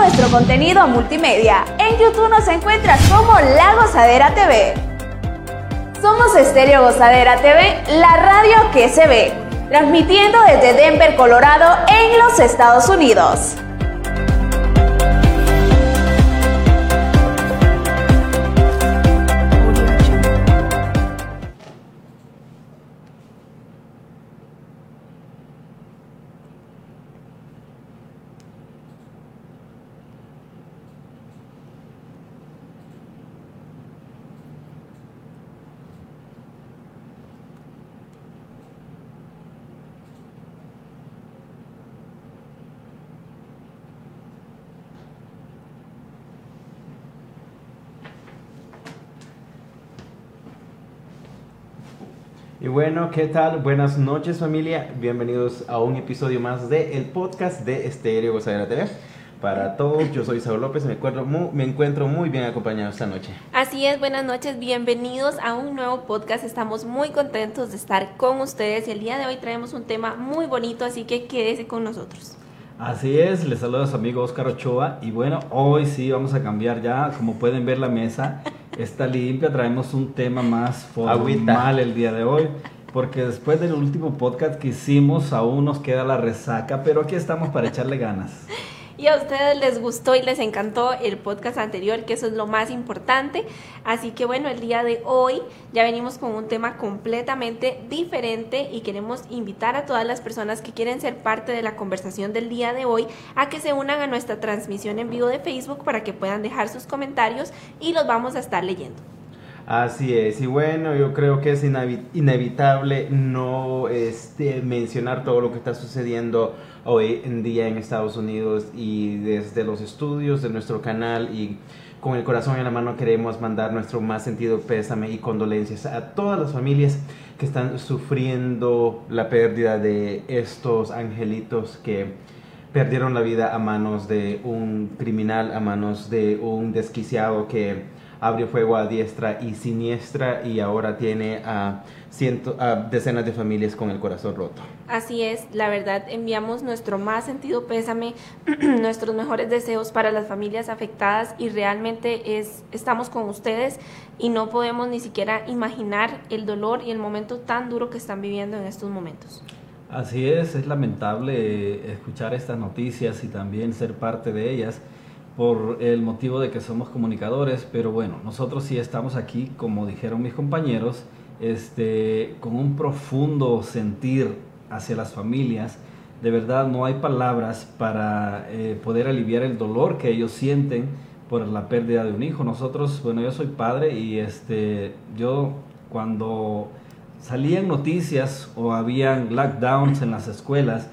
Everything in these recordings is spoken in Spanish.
nuestro contenido multimedia. En YouTube nos encuentras como La Gozadera TV. Somos Estéreo Gozadera TV, la radio que se ve, transmitiendo desde Denver, Colorado, en los Estados Unidos. Y bueno, ¿qué tal? Buenas noches, familia. Bienvenidos a un episodio más del podcast de Estéreo Gozadera TV. Para todos, yo soy Saúl López, me encuentro muy bien acompañado esta noche. Así es, buenas noches, bienvenidos a un nuevo podcast. Estamos muy contentos de estar con ustedes y el día de hoy traemos un tema muy bonito, así que quédese con nosotros. Así es, les saluda a su amigo Oscar Ochoa y bueno, hoy sí vamos a cambiar ya, como pueden ver la mesa está limpia, traemos un tema más formal el día de hoy, porque después del último podcast que hicimos aún nos queda la resaca, pero aquí estamos para echarle ganas. Y a ustedes les gustó y les encantó el podcast anterior, que eso es lo más importante. Así que bueno, el día de hoy ya venimos con un tema completamente diferente y queremos invitar a todas las personas que quieren ser parte de la conversación del día de hoy a que se unan a nuestra transmisión en vivo de Facebook para que puedan dejar sus comentarios y los vamos a estar leyendo. Así es, y bueno, yo creo que es inevitable no mencionar todo lo que está sucediendo hoy en día en Estados Unidos, y desde los estudios de nuestro canal y con el corazón en la mano queremos mandar nuestro más sentido pésame y condolencias a todas las familias que están sufriendo la pérdida de estos angelitos que perdieron la vida a manos de un criminal, a manos de un desquiciado que abrió fuego a diestra y siniestra y ahora tiene a decenas de familias con el corazón roto. Así es, la verdad enviamos nuestro más sentido pésame, nuestros mejores deseos para las familias afectadas y realmente estamos con ustedes y no podemos ni siquiera imaginar el dolor y el momento tan duro que están viviendo en estos momentos. Así es lamentable escuchar estas noticias y también ser parte de ellas, por el motivo de que somos comunicadores, pero bueno, nosotros sí estamos aquí, como dijeron mis compañeros, con un profundo sentir hacia las familias. De verdad no hay palabras para poder aliviar el dolor que ellos sienten por la pérdida de un hijo. Nosotros, bueno, yo soy padre y yo cuando salían noticias o habían lockdowns en las escuelas,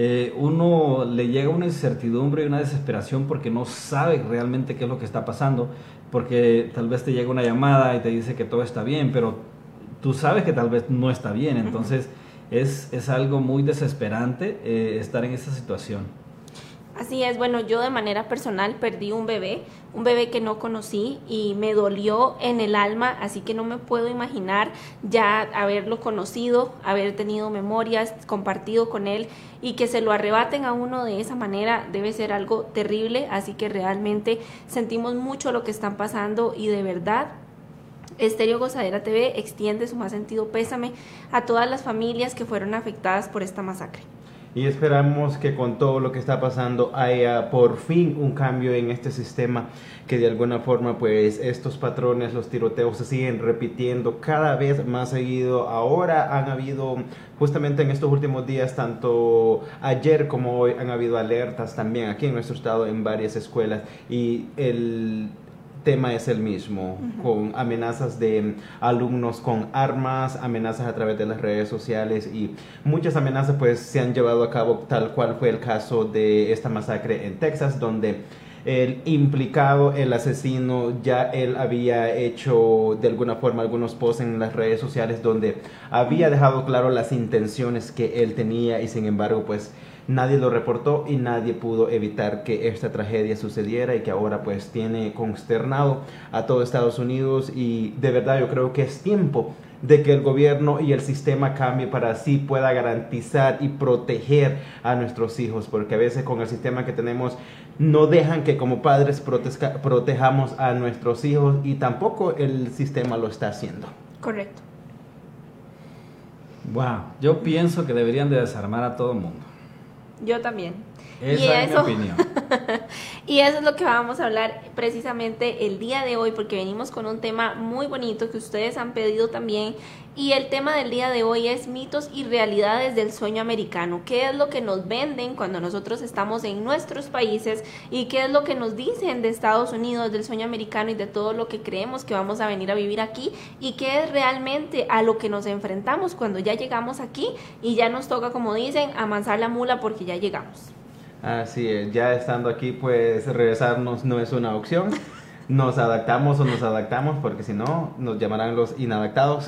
uno le llega una incertidumbre y una desesperación porque no sabe realmente qué es lo que está pasando, porque tal vez te llega una llamada y te dice que todo está bien, pero tú sabes que tal vez no está bien, entonces es algo muy desesperante estar en esa situación. Así es, bueno, yo de manera personal perdí un bebé que no conocí y me dolió en el alma, así que no me puedo imaginar ya haberlo conocido, haber tenido memorias, compartido con él y que se lo arrebaten a uno de esa manera debe ser algo terrible, así que realmente sentimos mucho lo que están pasando y de verdad Estéreo Gozadera TV extiende su más sentido pésame a todas las familias que fueron afectadas por esta masacre. Y esperamos que con todo lo que está pasando haya por fin un cambio en este sistema, que de alguna forma pues estos patrones, los tiroteos se siguen repitiendo cada vez más seguido. Ahora han habido, justamente en estos últimos días, tanto ayer como hoy, han habido alertas también aquí en nuestro estado en varias escuelas y el tema es el mismo, con amenazas de alumnos con armas, amenazas a través de las redes sociales y muchas amenazas pues se han llevado a cabo, tal cual fue el caso de esta masacre en Texas, donde el implicado, el asesino, ya él había hecho de alguna forma algunos posts en las redes sociales donde había dejado claro las intenciones que él tenía y sin embargo pues nadie lo reportó y nadie pudo evitar que esta tragedia sucediera y que ahora pues tiene consternado a todo Estados Unidos. Y de verdad yo creo que es tiempo de que el gobierno y el sistema cambie para así pueda garantizar y proteger a nuestros hijos, porque a veces con el sistema que tenemos no dejan que como padres protejamos a nuestros hijos y tampoco el sistema lo está haciendo. Correcto. Wow, yo pienso que deberían de desarmar a todo el mundo. Yo también. Esa es mi opinión. Y eso es lo que vamos a hablar precisamente el día de hoy, porque venimos con un tema muy bonito que ustedes han pedido también. Y el tema del día de hoy es mitos y realidades del sueño americano. ¿Qué es lo que nos venden cuando nosotros estamos en nuestros países? ¿Y qué es lo que nos dicen de Estados Unidos, del sueño americano y de todo lo que creemos que vamos a venir a vivir aquí? ¿Y qué es realmente a lo que nos enfrentamos cuando ya llegamos aquí y ya nos toca, como dicen, amansar la mula porque ya llegamos? Así es, ya estando aquí, pues regresarnos no es una opción. Nos adaptamos o nos adaptamos, porque si no, nos llamarán los inadaptados.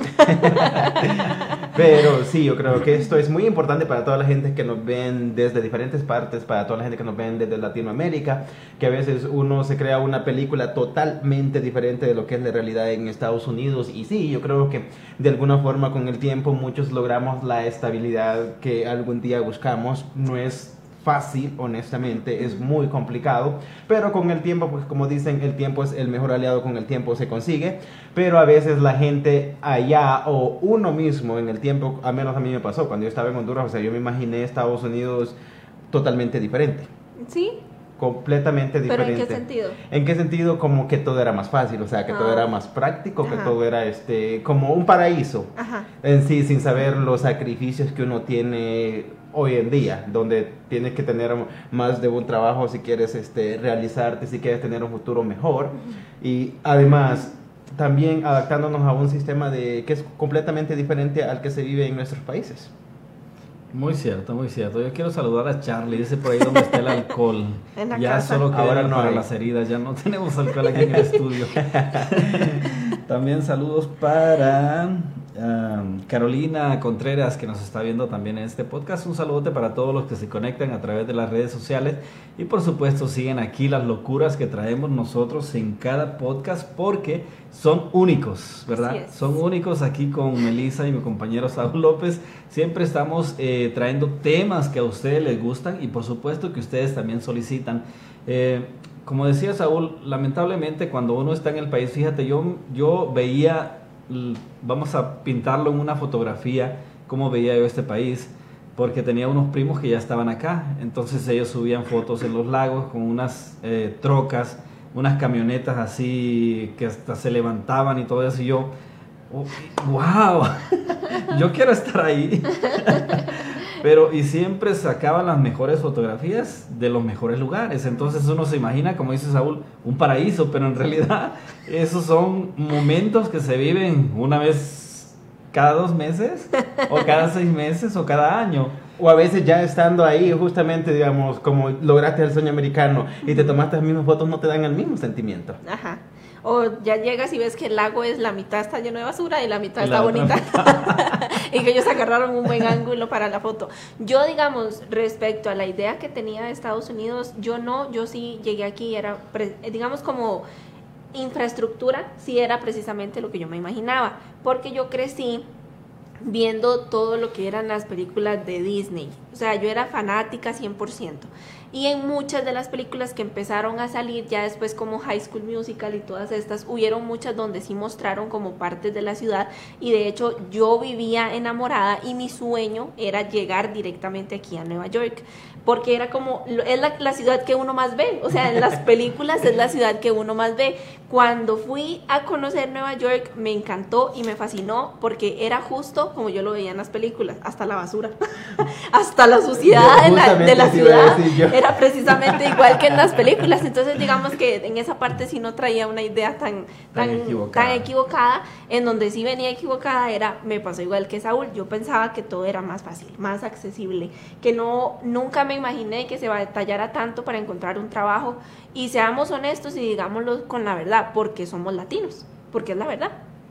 Pero sí, yo creo que esto es muy importante para toda la gente que nos ven desde diferentes partes, para toda la gente que nos ven desde Latinoamérica, que a veces uno se crea una película totalmente diferente de lo que es la realidad en Estados Unidos. Y sí, yo creo que de alguna forma con el tiempo muchos logramos la estabilidad que algún día buscamos. No es fácil, honestamente, es muy complicado, pero con el tiempo, pues como dicen, el tiempo es el mejor aliado, con el tiempo se consigue, pero a veces la gente allá o uno mismo en el tiempo, al menos a mí me pasó cuando yo estaba en Honduras, o sea, yo me imaginé Estados Unidos totalmente diferente. ¿Sí? Completamente diferente. ¿Pero en qué sentido? ¿En qué sentido? Como que todo era más fácil, o sea, que todo era más práctico, que todo era como un paraíso. Ajá. En sí, sin saber los sacrificios que uno tiene hoy en día, donde tienes que tener más de un trabajo si quieres realizarte, si quieres tener un futuro mejor. Y además, también adaptándonos a un sistema que es completamente diferente al que se vive en nuestros países. Muy cierto, muy cierto. Yo quiero saludar a Charlie, dice por ahí donde está el alcohol. En la ya casa. solo queda Ahora no para hay. las heridas, ya no tenemos alcohol aquí en el estudio. También saludos para Carolina Contreras, que nos está viendo también en este podcast. Un saludote para todos los que se conectan a través de las redes sociales y por supuesto siguen aquí las locuras que traemos nosotros en cada podcast, porque son únicos, ¿verdad? Son únicos. Aquí con Melissa y mi compañero Saúl López siempre estamos trayendo temas que a ustedes les gustan y por supuesto que ustedes también solicitan. Como decía Saúl, lamentablemente cuando uno está en el país, fíjate, yo veía, vamos a pintarlo en una fotografía, cómo veía yo este país, porque tenía unos primos que ya estaban acá, entonces ellos subían fotos en los lagos con unas trocas, unas camionetas así que hasta se levantaban y todo eso, y yo, oh, wow, yo quiero estar ahí. Pero y siempre sacaban las mejores fotografías de los mejores lugares. Entonces uno se imagina, como dice Saúl, un paraíso, pero en realidad esos son momentos que se viven una vez cada 2 meses, o cada 6 meses, o cada año. O a veces ya estando ahí, justamente, digamos, como lograste el sueño americano y te tomaste las mismas fotos, no te dan el mismo sentimiento. Ajá. O ya llegas y ves que el lago es la mitad está lleno de basura y la mitad está bonita. Y que ellos agarraron un buen ángulo para la foto. Yo, digamos, respecto a la idea que tenía de Estados Unidos, yo sí llegué aquí y era, digamos, como infraestructura, sí era precisamente lo que yo me imaginaba. Porque yo crecí viendo todo lo que eran las películas de Disney. O sea, yo era fanática 100%. Y en muchas de las películas que empezaron a salir ya después, como High School Musical y todas estas, hubieron muchas donde sí mostraron como partes de la ciudad, y de hecho yo vivía enamorada y mi sueño era llegar directamente aquí a Nueva York, porque era como, es la ciudad que uno más ve, o sea, en las películas es la ciudad que uno más ve. Cuando fui a conocer Nueva York me encantó y me fascinó, porque era justo como yo lo veía en las películas, hasta la basura, hasta la suciedad de la ciudad, era precisamente igual que en las películas. Entonces digamos que en esa parte sí no traía una idea tan equivocada. En donde sí venía equivocada me pasó igual que Saúl. Yo pensaba que todo era más fácil, más accesible, que nunca me imaginé que se batallara tanto para encontrar un trabajo. Y seamos honestos y digámoslo con la verdad, porque somos latinos, porque es la verdad.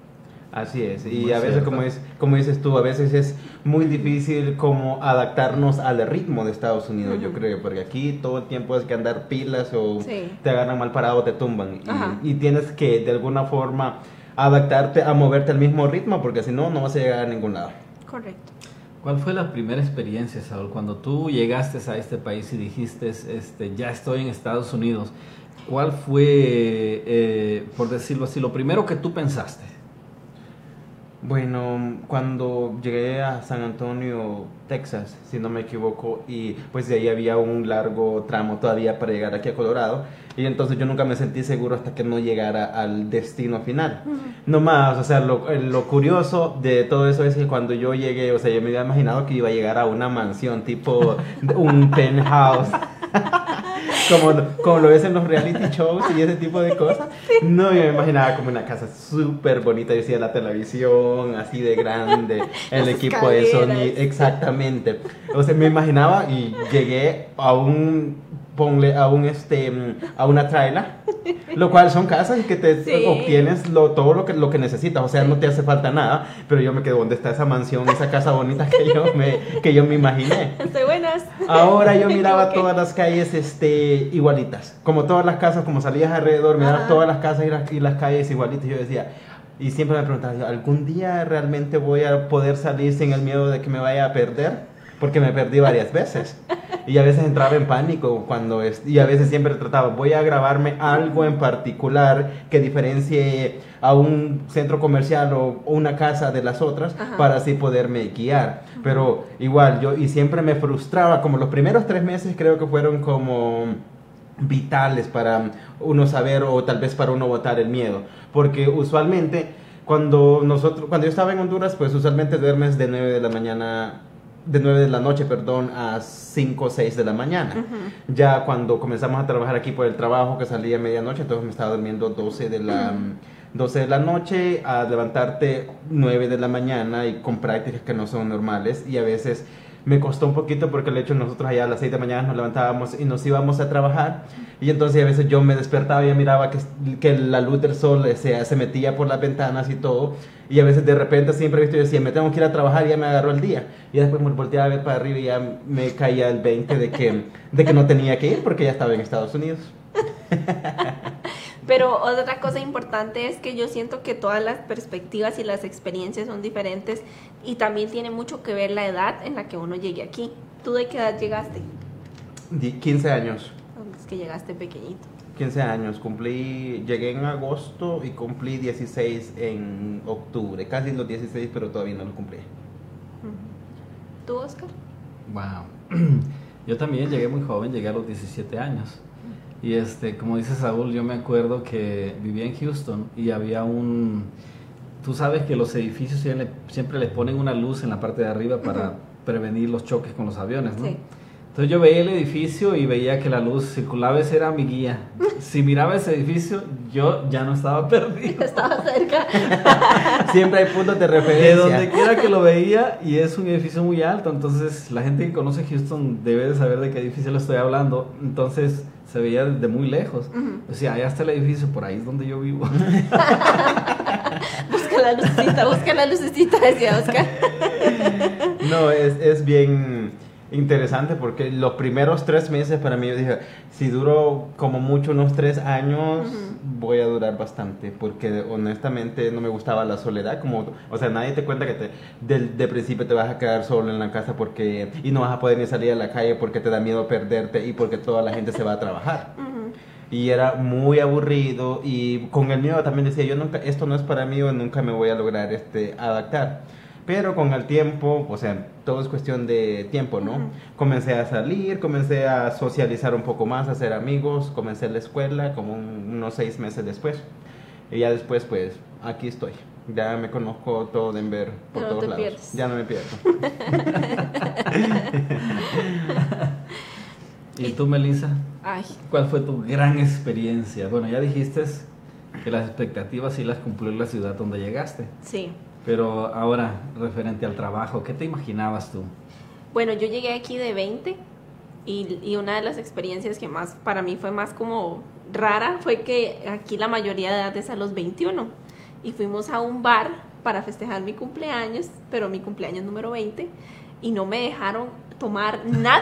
Así es, y Muy a veces, cierto. como dices tú, a veces es muy difícil como adaptarnos al ritmo de Estados Unidos, yo creo, porque aquí todo el tiempo es que andar pilas o te agarran mal parado o te tumban, y tienes que de alguna forma adaptarte a moverte al mismo ritmo, porque si no, no vas a llegar a ningún lado. Correcto. ¿Cuál fue la primera experiencia, Saúl, cuando tú llegaste a este país y dijiste, ya estoy en Estados Unidos? ¿Cuál fue, por decirlo así, lo primero que tú pensaste? Bueno, cuando llegué a San Antonio, Texas, si no me equivoco, y pues de ahí había un largo tramo todavía para llegar aquí a Colorado, y entonces yo nunca me sentí seguro hasta que no llegara al destino final. No más, o sea, lo curioso de todo eso es que cuando yo llegué, o sea, yo me había imaginado que iba a llegar a una mansión, tipo un penthouse. Como lo ves en los reality shows y ese tipo de cosas. No, yo me imaginaba como una casa súper bonita, yo decía la televisión así de grande, el equipo de Sony, exactamente. O sea, me imaginaba y llegué a una trailer, lo cual son casas que te obtienes todo lo que necesitas, o sea, no te hace falta nada, pero yo me quedo, ¿dónde está esa mansión, esa casa bonita que yo me imaginé? Estoy buenas. Ahora yo miraba todas las calles igualitas, como todas las casas, como salías alrededor, mirabas todas las casas y las calles igualitas, yo decía, y siempre me preguntaba, ¿algún día realmente voy a poder salir sin el miedo de que me vaya a perder? Porque me perdí varias veces y a veces entraba en pánico y a veces siempre trataba, voy a grabarme algo en particular que diferencie a un centro comercial o una casa de las otras. Ajá. Para así poderme guiar. Ajá. Pero igual y siempre me frustraba, como los primeros 3 meses creo que fueron como vitales para uno saber o tal vez para uno botar el miedo, porque usualmente cuando yo estaba en Honduras, pues usualmente duermes de 9 de la noche, a 5 o 6 de la mañana. Uh-huh. Ya cuando comenzamos a trabajar aquí por el trabajo, que salía a medianoche, entonces me estaba durmiendo 12 de la noche, a levantarte 9 de la mañana y con prácticas que no son normales, y a veces me costó un poquito porque el hecho nosotros allá a las 6 de la mañana nos levantábamos y nos íbamos a trabajar, y entonces a veces yo me despertaba y ya miraba que la luz del sol se metía por las ventanas y todo, y a veces de repente siempre visto yo decía, me tengo que ir a trabajar, y ya me agarró el día, y después me volteaba a ver para arriba y ya me caía el 20 de que no tenía que ir porque ya estaba en Estados Unidos. Pero otra cosa importante es que yo siento que todas las perspectivas y las experiencias son diferentes, y también tiene mucho que ver la edad en la que uno llegue aquí. ¿Tú de qué edad llegaste? 15 años. Es que llegaste pequeñito. 15 años, llegué en agosto y cumplí 16 en octubre, casi los 16, pero todavía no los cumplí. ¿Tú, Oscar? Wow. Yo también llegué muy joven, llegué a los 17 años. Y como dice Saúl, yo me acuerdo que vivía en Houston y había tú sabes que los edificios siempre les ponen una luz en la parte de arriba para prevenir los choques con los aviones, ¿no? Sí. Entonces yo veía el edificio y veía que la luz circulaba, ese era mi guía. Si miraba ese edificio, yo ya no estaba perdido. Estaba cerca. Siempre hay puntos de referencia. De donde quiera que lo veía, y es un edificio muy alto, entonces la gente que conoce Houston debe de saber de qué edificio le estoy hablando. Entonces se veía de muy lejos. O sea, allá está el edificio, por ahí es donde yo vivo. Busca la lucecita, decía Oscar. No, es bien interesante porque los primeros 3 meses para mí, yo dije, si duro como mucho unos 3 años, voy a durar bastante, porque honestamente no me gustaba la soledad, o sea, nadie te cuenta que de principio te vas a quedar solo en la casa y no vas a poder ni salir a la calle porque te da miedo perderte y porque toda la gente se va a trabajar. Y era muy aburrido, y con el miedo también decía, esto no es para mí, o nunca me voy a lograr adaptar. Pero con el tiempo, o sea, todo es cuestión de tiempo, ¿no? Comencé a salir, comencé a socializar un poco más, a hacer amigos, comencé la escuela como unos 6 meses después. Y ya después, pues, aquí estoy. Ya me conozco todo Denver por todos lados. Pierdes. Ya no me pierdo. ¿Y tú, Melissa? Ay. ¿Cuál fue tu gran experiencia? Bueno, ya dijiste que las expectativas sí las cumplió en la ciudad donde llegaste. Sí. Pero ahora, referente al trabajo, ¿qué te imaginabas tú? Bueno, yo llegué aquí de 20 y una de las experiencias que más para mí fue más como rara fue que aquí la mayoría de edad es a los 21, y fuimos a un bar para festejar mi cumpleaños, pero mi cumpleaños número 20, y no me dejaron tomar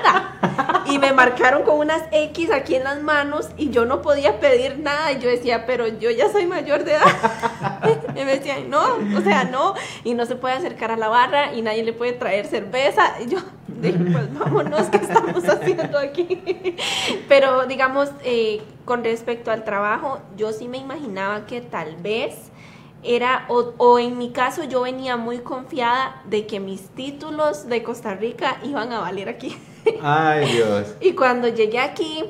nada. Y me marcaron con unas X aquí en las manos y yo no podía pedir nada. Y yo decía, pero yo ya soy mayor de edad. Y me decían, no, o sea, no. Y no se puede acercar a la barra y nadie le puede traer cerveza. Y yo dije, pues vámonos, ¿qué estamos haciendo aquí? Pero digamos, con respecto al trabajo, yo sí me imaginaba que tal vez era, o en mi caso yo venía muy confiada de que mis títulos de Costa Rica iban a valer aquí. Ay, Dios. Y cuando llegué aquí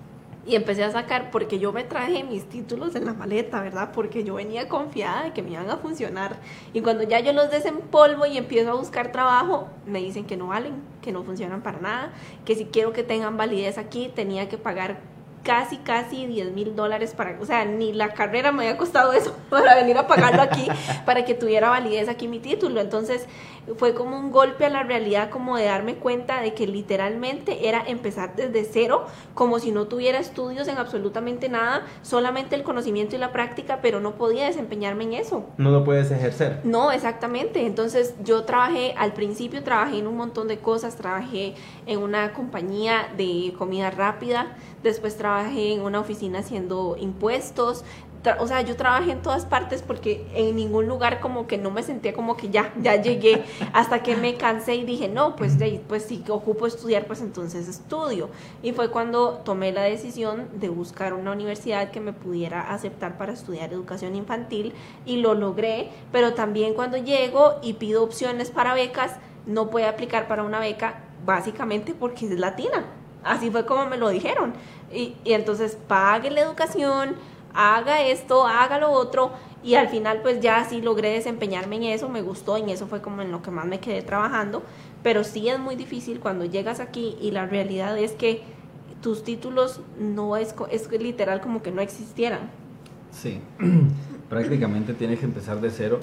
y empecé a sacar, porque yo me traje mis títulos en la maleta, ¿verdad? Porque yo venía confiada de que me iban a funcionar. Y cuando ya yo los desempolvo y empiezo a buscar trabajo, me dicen que no valen, que no funcionan para nada, que si quiero que tengan validez aquí, tenía que pagar casi $10,000 para, o sea, ni la carrera me había costado eso para venir a pagarlo aquí, para que tuviera validez aquí mi título. Entonces fue como un golpe a la realidad, como de darme cuenta de que literalmente era empezar desde cero, como si no tuviera estudios en absolutamente nada, solamente el conocimiento y la práctica, pero no podía desempeñarme en eso. No lo puedes ejercer. No, exactamente. Entonces yo al principio trabajé en un montón de cosas, trabajé en una compañía de comida rápida, después trabajé en una oficina haciendo impuestos, o sea, yo trabajé en todas partes porque en ningún lugar como que no me sentía como que ya llegué, hasta que me cansé y dije, no, pues si ocupo estudiar, pues entonces estudio. Y fue cuando tomé la decisión de buscar una universidad que me pudiera aceptar para estudiar educación infantil y lo logré, pero también cuando llego y pido opciones para becas, no puedo aplicar para una beca básicamente porque es latina. Así fue como me lo dijeron. Y entonces pague la educación, haga esto, haga lo otro, y al final pues ya sí logré desempeñarme en eso, me gustó, en eso fue como en lo que más me quedé trabajando, pero sí es muy difícil cuando llegas aquí y la realidad es que tus títulos no es literal como que no existieran. Sí, prácticamente tienes que empezar de cero.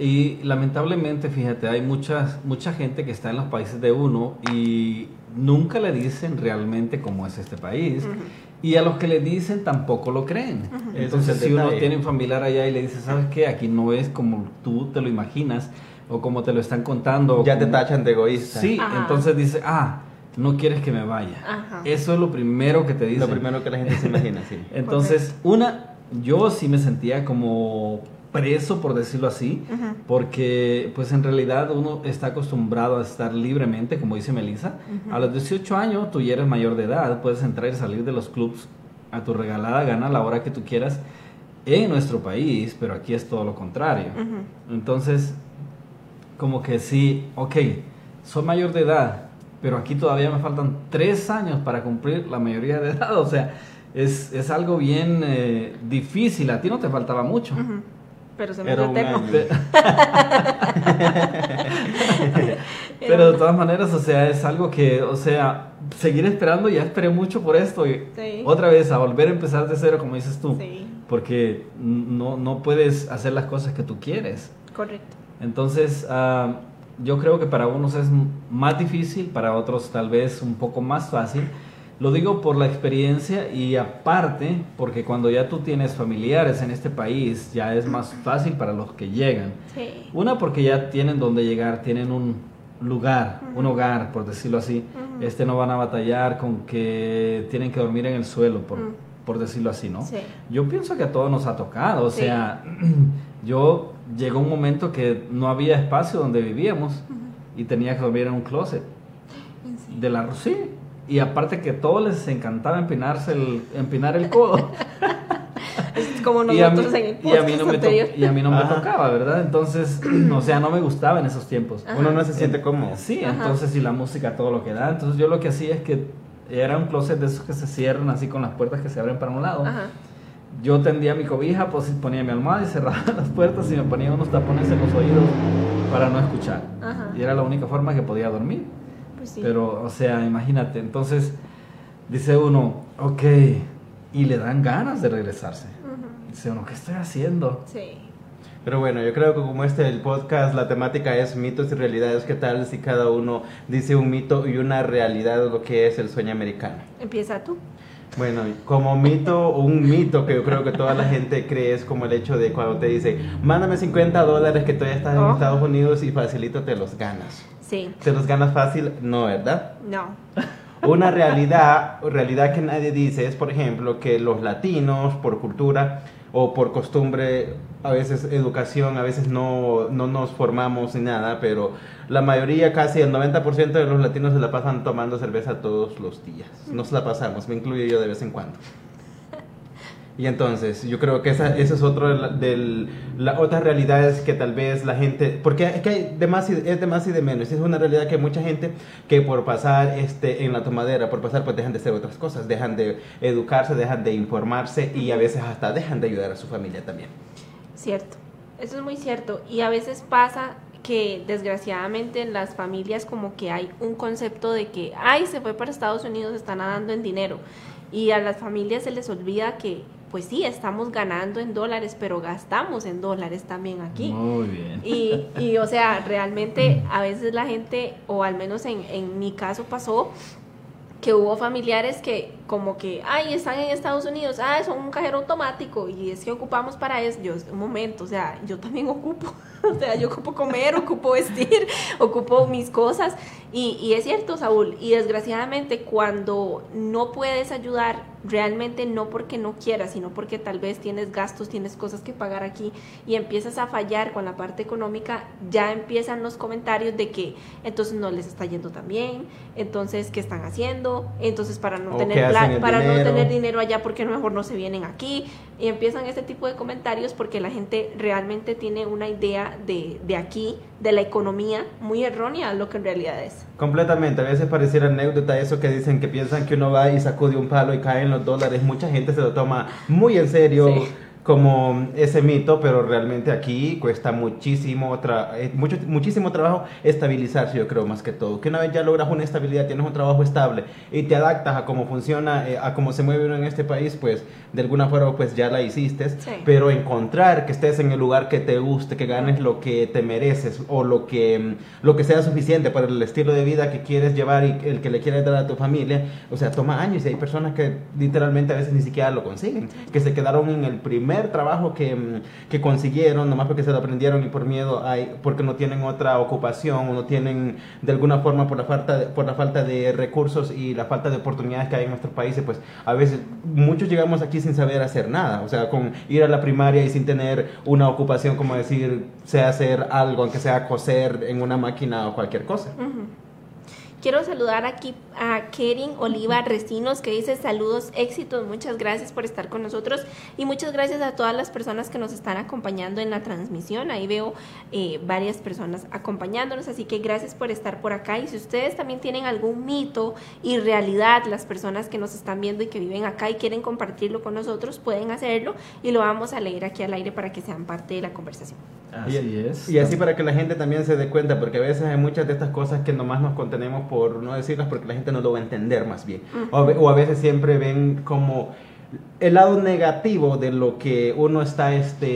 Y lamentablemente, fíjate, hay mucha gente que está en los países de uno y nunca le dicen realmente cómo es este país. Uh-huh. Y a los que le dicen tampoco lo creen. Uh-huh. Entonces, si uno tiene un familiar allá y le dice, ¿sabes qué? Aquí no es como tú te lo imaginas o como te lo están contando. Ya te tachan de egoísta. Sí, ajá. Entonces dice, no quieres que me vaya. Ajá. Eso es lo primero que te dicen. Lo primero que la gente se imagina, sí. Entonces, yo sí me sentía como preso, por decirlo así, uh-huh. Porque pues en realidad uno está acostumbrado a estar libremente, como dice Melissa. Uh-huh. A los 18 años tú ya eres mayor de edad, puedes entrar y salir de los clubs a tu regalada gana a la hora que tú quieras en nuestro país, pero aquí es todo lo contrario. Uh-huh. Entonces, como que sí, ok, soy mayor de edad, pero aquí todavía me faltan 3 años para cumplir la mayoría de edad, o sea, es algo bien difícil. A ti no te faltaba mucho. Uh-huh. Pero se me hizo eterno. Pero de todas maneras, o sea, es algo que, o sea, seguir esperando, ya esperé mucho por esto y sí. Otra vez a volver a empezar de cero, como dices tú. Sí. Porque no puedes hacer las cosas que tú quieres. Correcto. Entonces, yo creo que para unos es más difícil, para otros tal vez un poco más fácil. Lo digo por la experiencia y aparte porque cuando ya tú tienes familiares en este país ya es más fácil para los que llegan. Sí. Una, porque ya tienen donde llegar, tienen un lugar, uh-huh. Un hogar, por decirlo así. Uh-huh. No van a batallar con que tienen que dormir en el suelo, por decirlo así, ¿no? Sí. Yo pienso que a todos nos ha tocado, o sea, llegó un momento que no había espacio donde vivíamos, uh-huh. Y tenía que dormir en un closet. Sí. Y aparte que a todos les encantaba empinar el codo. Es como nosotros en el podcast anterior. Y a mí no me tocaba, ¿verdad? Entonces, o sea, no me gustaba en esos tiempos. Ajá. Uno no se siente cómodo. Sí, ajá. Entonces, y la música, todo lo que da. Entonces, yo lo que hacía es que era un closet de esos que se cierran así con las puertas que se abren para un lado. Ajá. Yo tendía mi cobija, pues ponía mi almohada y cerraba las puertas y me ponía unos tapones en los oídos para no escuchar. Ajá. Y era la única forma que podía dormir. Pues sí. Pero, o sea, imagínate, entonces dice uno, ok, y le dan ganas de regresarse. Uh-huh. Dice uno, ¿qué estoy haciendo? Sí. Pero bueno, yo creo que como el podcast, la temática es mitos y realidades. ¿Qué tal si cada uno dice un mito y una realidad de lo que es el sueño americano? Empieza tú. Bueno, como mito, un mito que yo creo que toda la gente cree es como el hecho de cuando te dice, mándame $50 que todavía estás en Estados Unidos y facilito te los ganas. Sí. ¿Se los ganas fácil? No, ¿verdad? No. Una realidad que nadie dice es, por ejemplo, que los latinos, por cultura o por costumbre, a veces educación, a veces no nos formamos ni nada, pero la mayoría, casi el 90% de los latinos se la pasan tomando cerveza todos los días. Nos la pasamos, me incluyo yo de vez en cuando. Y entonces, yo creo que esa es otra la otra realidad es que tal vez la gente, porque es que hay de más y de menos, es una realidad que hay mucha gente que por pasar en la tomadera, por pasar, pues dejan de hacer otras cosas, dejan de educarse, dejan de informarse y a veces hasta dejan de ayudar a su familia también. Cierto, eso es muy cierto. Y a veces pasa que desgraciadamente en las familias como que hay un concepto de que, ay, se fue para Estados Unidos, está nadando en dinero. Y a las familias se les olvida que pues sí, estamos ganando en dólares, pero gastamos en dólares también aquí. Muy bien. Y o sea, realmente a veces la gente, o al menos en mi caso pasó, que hubo familiares que como que, ay, están en Estados Unidos, son un cajero automático, y es que ocupamos para eso. Yo, un momento, o sea, yo también ocupo, o sea, yo ocupo comer, ocupo vestir, ocupo mis cosas, y es cierto, Saúl, y desgraciadamente cuando no puedes ayudar, realmente no porque no quieras, sino porque tal vez tienes gastos, tienes cosas que pagar aquí, y empiezas a fallar con la parte económica, ya empiezan los comentarios de que entonces no les está yendo tan bien, entonces, ¿qué están haciendo? Entonces, para no tener dinero allá, ¿por qué mejor no se vienen aquí? Y empiezan este tipo de comentarios porque la gente realmente tiene una idea de aquí, de la economía, muy errónea a lo que en realidad es. Completamente, a veces pareciera anécdota eso que dicen que piensan que uno va y sacude un palo y caen los dólares, mucha gente se lo toma muy en serio. Sí. Como ese mito, pero realmente aquí cuesta muchísimo trabajo estabilizarse, yo creo, más que todo. Que una vez ya logras una estabilidad, tienes un trabajo estable y te adaptas a cómo funciona, a cómo se mueve uno en este país, pues de alguna forma pues ya la hiciste. Sí. Pero encontrar que estés en el lugar que te guste, que ganes lo que te mereces o lo que sea suficiente para el estilo de vida que quieres llevar y el que le quieres dar a tu familia, o sea, toma años y hay personas que literalmente a veces ni siquiera lo consiguen, que se quedaron en el primer trabajo que consiguieron, nomás porque se lo aprendieron y por miedo, porque no tienen otra ocupación o no tienen de alguna forma por la falta de recursos y la falta de oportunidades que hay en nuestros países, pues a veces muchos llegamos aquí sin saber hacer nada, o sea, con ir a la primaria y sin tener una ocupación, como decir, sea hacer algo, aunque sea coser en una máquina o cualquier cosa. Uh-huh. Quiero saludar aquí a Kerin Oliva Recinos, que dice saludos, éxitos, muchas gracias por estar con nosotros y muchas gracias a todas las personas que nos están acompañando en la transmisión. Ahí veo varias personas acompañándonos, así que gracias por estar por acá. Y si ustedes también tienen algún mito y realidad, las personas que nos están viendo y que viven acá y quieren compartirlo con nosotros, pueden hacerlo y lo vamos a leer aquí al aire para que sean parte de la conversación. Así es. Y así para que la gente también se dé cuenta, porque a veces hay muchas de estas cosas que nomás nos contenemos por no decirlas, porque la gente no lo va a entender más bien. Uh-huh. O a veces siempre ven como el lado negativo de lo que uno está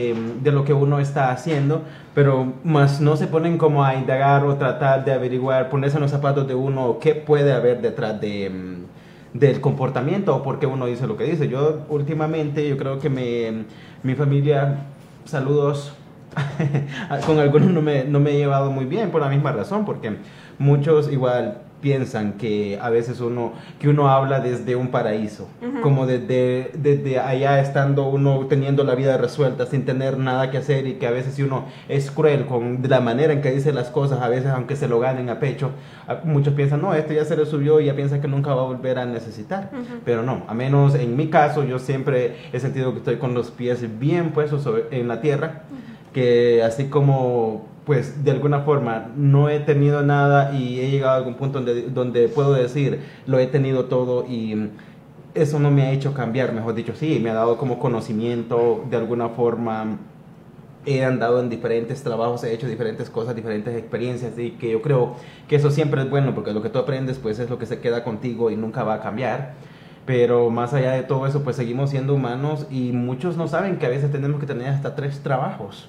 haciendo, pero más no se ponen como a indagar o tratar de averiguar, ponerse en los zapatos de uno, qué puede haber detrás del comportamiento o por qué uno dice lo que dice. Yo últimamente, yo creo que mi familia, saludos, con algunos no me he llevado muy bien por la misma razón, porque muchos igual piensan que a veces uno habla desde un paraíso, uh-huh, como desde allá estando uno teniendo la vida resuelta sin tener nada que hacer, y que a veces si uno es cruel con la manera en que dice las cosas, a veces aunque se lo ganen a pecho, muchos piensan, no, esto ya se le subió y ya piensa que nunca va a volver a necesitar, uh-huh, pero no, a menos en mi caso yo siempre he sentido que estoy con los pies bien puestos en la tierra, uh-huh, que así como pues de alguna forma no he tenido nada y he llegado a algún punto donde puedo decir lo he tenido todo, y eso no me ha hecho cambiar, mejor dicho, sí, me ha dado como conocimiento de alguna forma. He andado en diferentes trabajos, he hecho diferentes cosas, diferentes experiencias, y que yo creo que eso siempre es bueno, porque lo que tú aprendes pues es lo que se queda contigo y nunca va a cambiar. Pero más allá de todo eso, pues seguimos siendo humanos, y muchos no saben que a veces tenemos que tener hasta 3 trabajos.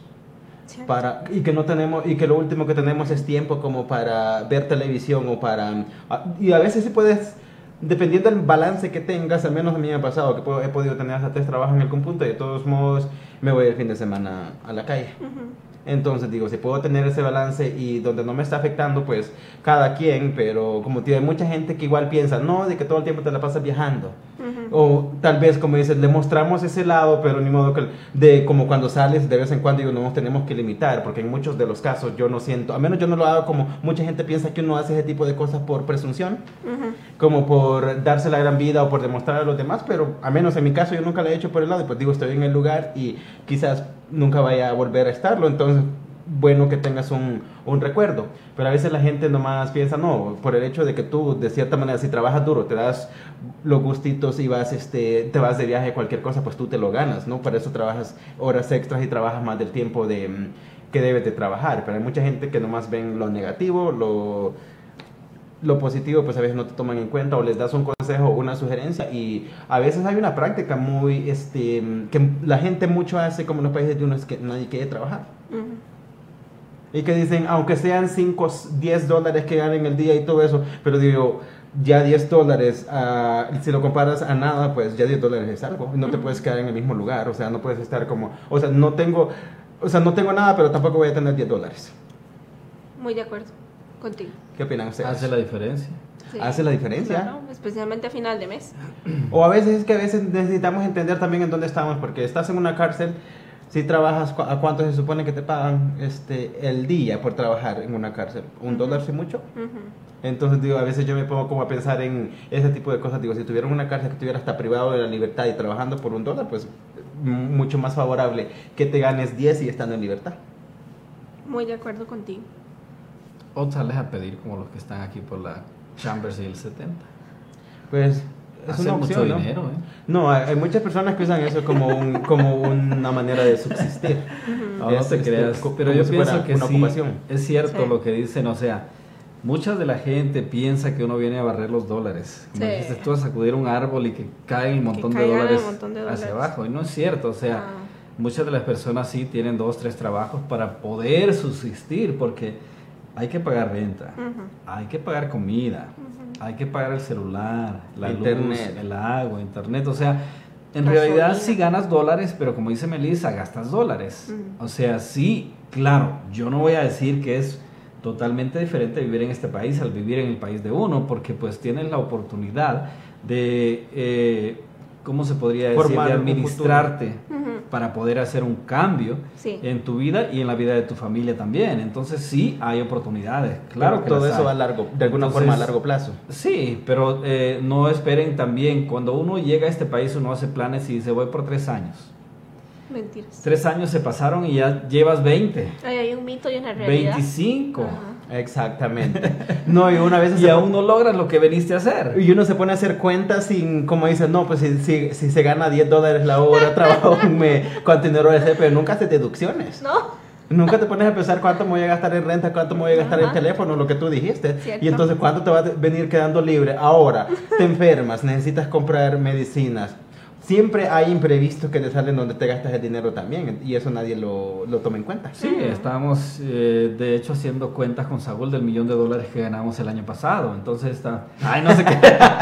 Y que lo último que tenemos es tiempo como para ver televisión y a veces sí puedes dependiendo del balance que tengas, al menos a mí me ha pasado que he podido tener hasta 3 trabajos en el cómputo y de todos modos me voy el fin de semana a la calle. Entonces digo, si puedo tener ese balance y donde no me está afectando, pues cada quien, pero como tiene mucha gente que igual piensa, no, de que todo el tiempo te la pasas viajando. O tal vez, como dices, le mostramos ese lado, pero ni modo que, de como cuando sales de vez en cuando, digo, no nos tenemos que limitar, porque en muchos de los casos yo no siento, al menos yo no lo hago como mucha gente piensa que uno hace ese tipo de cosas por presunción, como por darse la gran vida o por demostrar a los demás, pero al menos en mi caso yo nunca lo he hecho por el lado, y pues digo, estoy en el lugar y quizás nunca vaya a volver a estarlo, entonces bueno que tengas un recuerdo, pero a veces la gente nomás piensa, no, por el hecho de que tú de cierta manera si trabajas duro, te das los gustitos y vas, te vas de viaje, cualquier cosa, pues tú te lo ganas, ¿no? Para eso trabajas horas extras y trabajas más del tiempo que debes de trabajar, pero hay mucha gente que nomás ven lo negativo, lo positivo pues a veces no te toman en cuenta o les das un consejo o una sugerencia y a veces hay una práctica muy, que la gente mucho hace como en los países de uno es que nadie quiere trabajar. Y que dicen, aunque sean 5, 10 dólares que ganen el día y todo eso, pero digo, ya 10 dólares, si lo comparas a nada, pues ya 10 dólares es algo. No te puedes quedar en el mismo lugar, o sea, no puedes estar como, no tengo nada, pero tampoco voy a tener 10 dólares. Muy de acuerdo contigo. ¿Qué opinan ustedes? Hace la diferencia. Sí. ¿Hace la diferencia? Claro, especialmente a final de mes. O a veces es que a veces necesitamos entender también en dónde estamos, porque estás en una cárcel. Si trabajas, ¿a cuánto se supone que te pagan el día por trabajar en una cárcel? $1 si mucho. Entonces digo, a veces yo me pongo como a pensar en ese tipo de cosas. Digo, si tuviera una cárcel que estuviera hasta privado de la libertad y trabajando por $1, pues mucho más favorable que te ganes 10 y estando en libertad. Muy de acuerdo contigo. O sales a pedir como los que están aquí por la Chambers y el 70. Pues es Hace una opción, mucho ¿no? dinero, No, hay muchas personas que usan eso como una manera de subsistir. No, no te creas, pero yo pienso que una sí, ocupación. es cierto Sí. lo que dicen, o sea, mucha de la gente piensa que uno viene a barrer los dólares. Como Sí. dijiste tú, a sacudir un árbol y que cae un montón de caigan dólares un montón de dólares. hacia abajo, y no es cierto, o sea, Ah. muchas de las personas sí tienen 2, 3 trabajos para poder subsistir, porque hay que pagar renta, hay que pagar comida, hay que pagar el celular, la Internet. luz, el agua, internet, o sea, en Gasolina. realidad sí ganas dólares, pero como dice Melissa, gastas dólares. O sea, sí, claro, yo no voy a decir que es totalmente diferente vivir en este país al vivir en el país de uno, porque pues tienes la oportunidad de, ¿cómo se podría decir? Formar De un administrarte para poder hacer un cambio Sí. en tu vida y en la vida de tu familia también. Entonces sí hay oportunidades, claro que todo las eso hay. de alguna Entonces, forma a largo plazo. Sí, pero no esperen también, cuando uno llega a este país uno hace planes y dice voy por 3 años. Mentiras. 3 años se pasaron y ya llevas 20, Hay un mito y una realidad. 25. Ajá. Exactamente. No, y una vez Y aún no logras lo que veniste a hacer. y uno se pone a hacer cuentas sin, como dice, no, pues si se gana $10 la hora, trabajo un mes, cuánto dinero es, pero nunca haces deducciones. ¿No? Nunca te pones a pensar cuánto me voy a gastar en renta, cuánto me voy a gastar en Ajá. teléfono, lo que tú dijiste. Cierto. Y entonces, ¿cuánto te va a venir quedando libre? Ahora, te enfermas, necesitas comprar medicinas. Siempre hay imprevistos que te salen donde te gastas el dinero también. Y eso nadie lo toma en cuenta. Sí, estábamos de hecho haciendo cuentas con Saúl del $1.000.000 que ganamos el año pasado. Entonces está... Ay, no sé qué.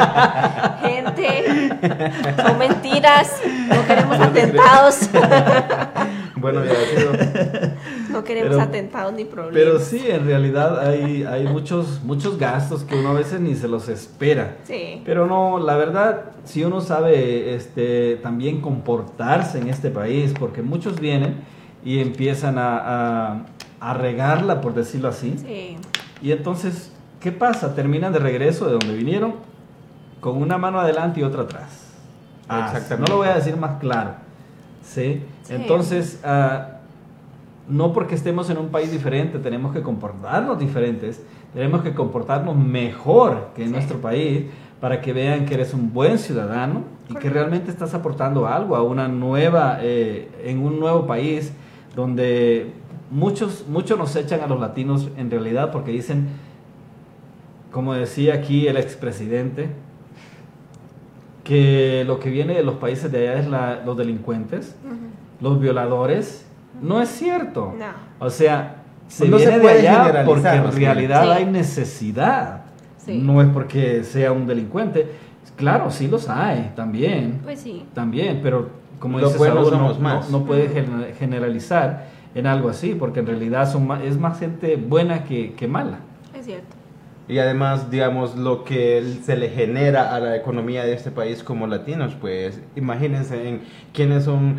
Gente, son mentiras. No queremos atentados. Bueno, ya ha sido. No queremos Pero- atentados ni problemas. Pero sí, en realidad hay muchos gastos que uno a veces ni se los espera. Sí. Pero no, la verdad, si uno sabe también comportarse en este país, porque muchos vienen y empiezan a regarla, por decirlo así. Sí. Y entonces, ¿qué pasa? Terminan de regreso de donde vinieron con una mano adelante y otra atrás. Exactamente. No lo voy a decir más claro. ¿Sí? Sí. Entonces, no porque estemos en un país diferente tenemos que comportarnos diferentes, tenemos que comportarnos mejor que en Sí. nuestro país para que vean que eres un buen ciudadano y que realmente estás aportando algo a una nueva, en un nuevo país donde muchos nos echan a los latinos en realidad porque dicen, como decía aquí el expresidente, que lo que viene de los países de allá es los delincuentes, los violadores. No es cierto. No. O sea, se No se viene de puede allá generalizar, porque en más realidad bien. Sí. hay necesidad. Sí. No es porque sea un delincuente. Claro, sí los hay, también. Pues sí. También, pero como Los dices, buenos Saúl, somos más. no puede generalizar en algo así, porque en realidad es más gente buena que mala. Es cierto. Y además, digamos, lo que se le genera a la economía de este país como latinos, pues imagínense en quiénes son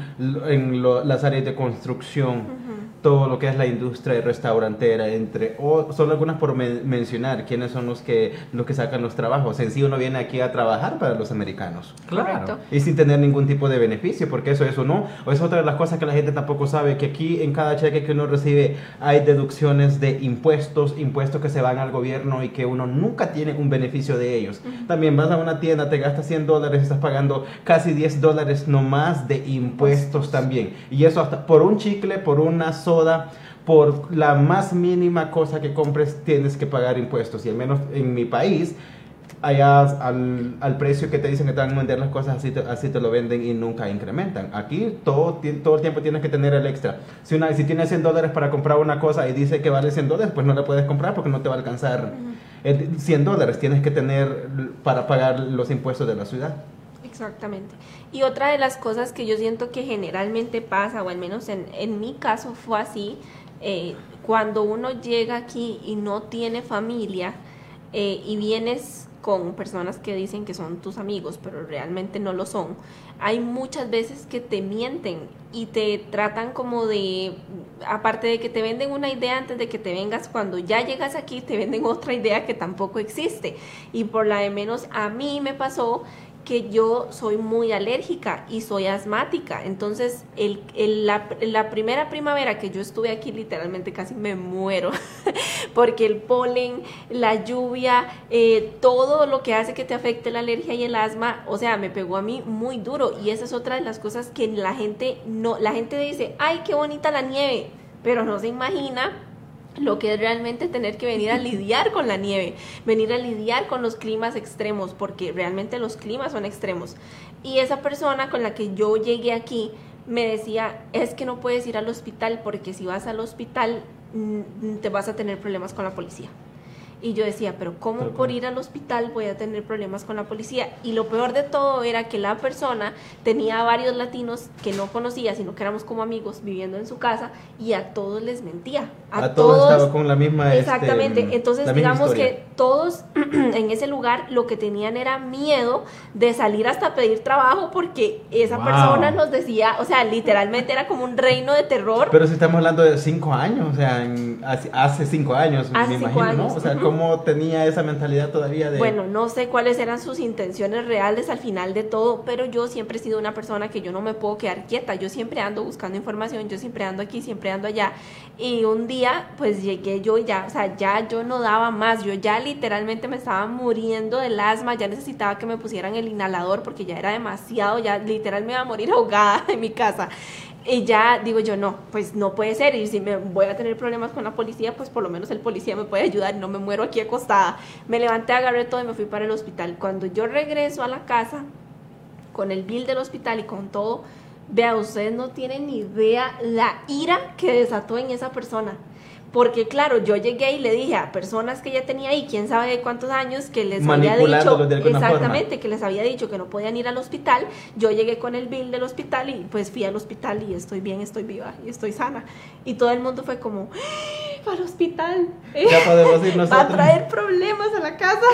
las áreas de construcción, todo lo que es la industria restaurantera, solo algunas por mencionar, quiénes son los que sacan los trabajos. En sí uno viene aquí a trabajar para los americanos. Claro. Correcto. Y sin tener ningún tipo de beneficio, porque eso no. O es otra de las cosas que la gente tampoco sabe, que aquí en cada cheque que uno recibe hay deducciones de impuestos que se van al gobierno y que uno nunca tiene un beneficio de ellos. También vas a una tienda, te gastas $100, estás pagando casi $10 nomás de impuestos también. Y eso hasta por un chicle, por una soda, por la más mínima cosa que compres tienes que pagar impuestos. Y al menos en mi país, allá al precio que te dicen que te van a vender las cosas, así te lo venden y nunca incrementan. Aquí todo el tiempo tienes que tener el extra. Si tienes $100 para comprar una cosa y dice que vale $100, pues no la puedes comprar porque no te va a alcanzar $100. Tienes que tener para pagar los impuestos de la ciudad. Exactamente. Y otra de las cosas que yo siento que generalmente pasa, o al menos en mi caso fue así, cuando uno llega aquí y no tiene familia y vienes con personas que dicen que son tus amigos, pero realmente no lo son, hay muchas veces que te mienten y te tratan como de, aparte de que te venden una idea antes de que te vengas, cuando ya llegas aquí te venden otra idea que tampoco existe. Y por la de menos a mí me pasó que yo soy muy alérgica y soy asmática, entonces la primera primavera que yo estuve aquí literalmente casi me muero porque el polen, la lluvia, todo lo que hace que te afecte la alergia y el asma, o sea, me pegó a mí muy duro. Y esa es otra de las cosas que la gente dice, ay, qué bonita la nieve, pero no se imagina lo que es realmente tener que venir a lidiar con la nieve, venir a lidiar con los climas extremos, porque realmente los climas son extremos. Y esa persona con la que yo llegué aquí me decía, es que no puedes ir al hospital porque si vas al hospital te vas a tener problemas con la policía. Y yo decía, pero ¿cómo por ir al hospital voy a tener problemas con la policía? Y lo peor de todo era que la persona tenía varios latinos que no conocía, sino que éramos como amigos viviendo en su casa, y a todos les mentía. A todos estaba con la misma... Exactamente. Entonces, digamos historia. que todos en ese lugar lo que tenían era miedo de salir hasta pedir trabajo porque esa persona nos decía, o sea, literalmente era como un reino de terror. Pero si estamos hablando de 5 años, o sea, hace 5 años, me imagino, ¿no? O sea, ¿cómo tenía esa mentalidad todavía de...? Bueno, no sé cuáles eran sus intenciones reales al final de todo, pero yo siempre he sido una persona que yo no me puedo quedar quieta, yo siempre ando buscando información, yo siempre ando aquí, siempre ando allá, y un día pues llegué yo ya, o sea, ya yo no daba más, yo ya literalmente me estaba muriendo del asma, ya necesitaba que me pusieran el inhalador porque ya era demasiado, ya literal me iba a morir ahogada en mi casa. Y ya digo yo, no, pues no puede ser, y si me voy a tener problemas con la policía, pues por lo menos el policía me puede ayudar y no me muero aquí acostada. Me levanté, agarré todo y me fui para el hospital. Cuando yo regreso a la casa, con el bill del hospital y con todo, vea, ustedes no tienen ni idea la ira que desató en esa persona. Porque claro, yo llegué y le dije a personas que ya tenía ahí, quién sabe de cuántos años, que les había dicho, exactamente, que les había dicho que no podían ir al hospital. Yo llegué con el bill del hospital y pues fui al hospital y estoy bien, estoy viva y estoy sana. Y todo el mundo fue como, ¡para el hospital! Ya podemos ir nosotros. Va a traer problemas a la casa.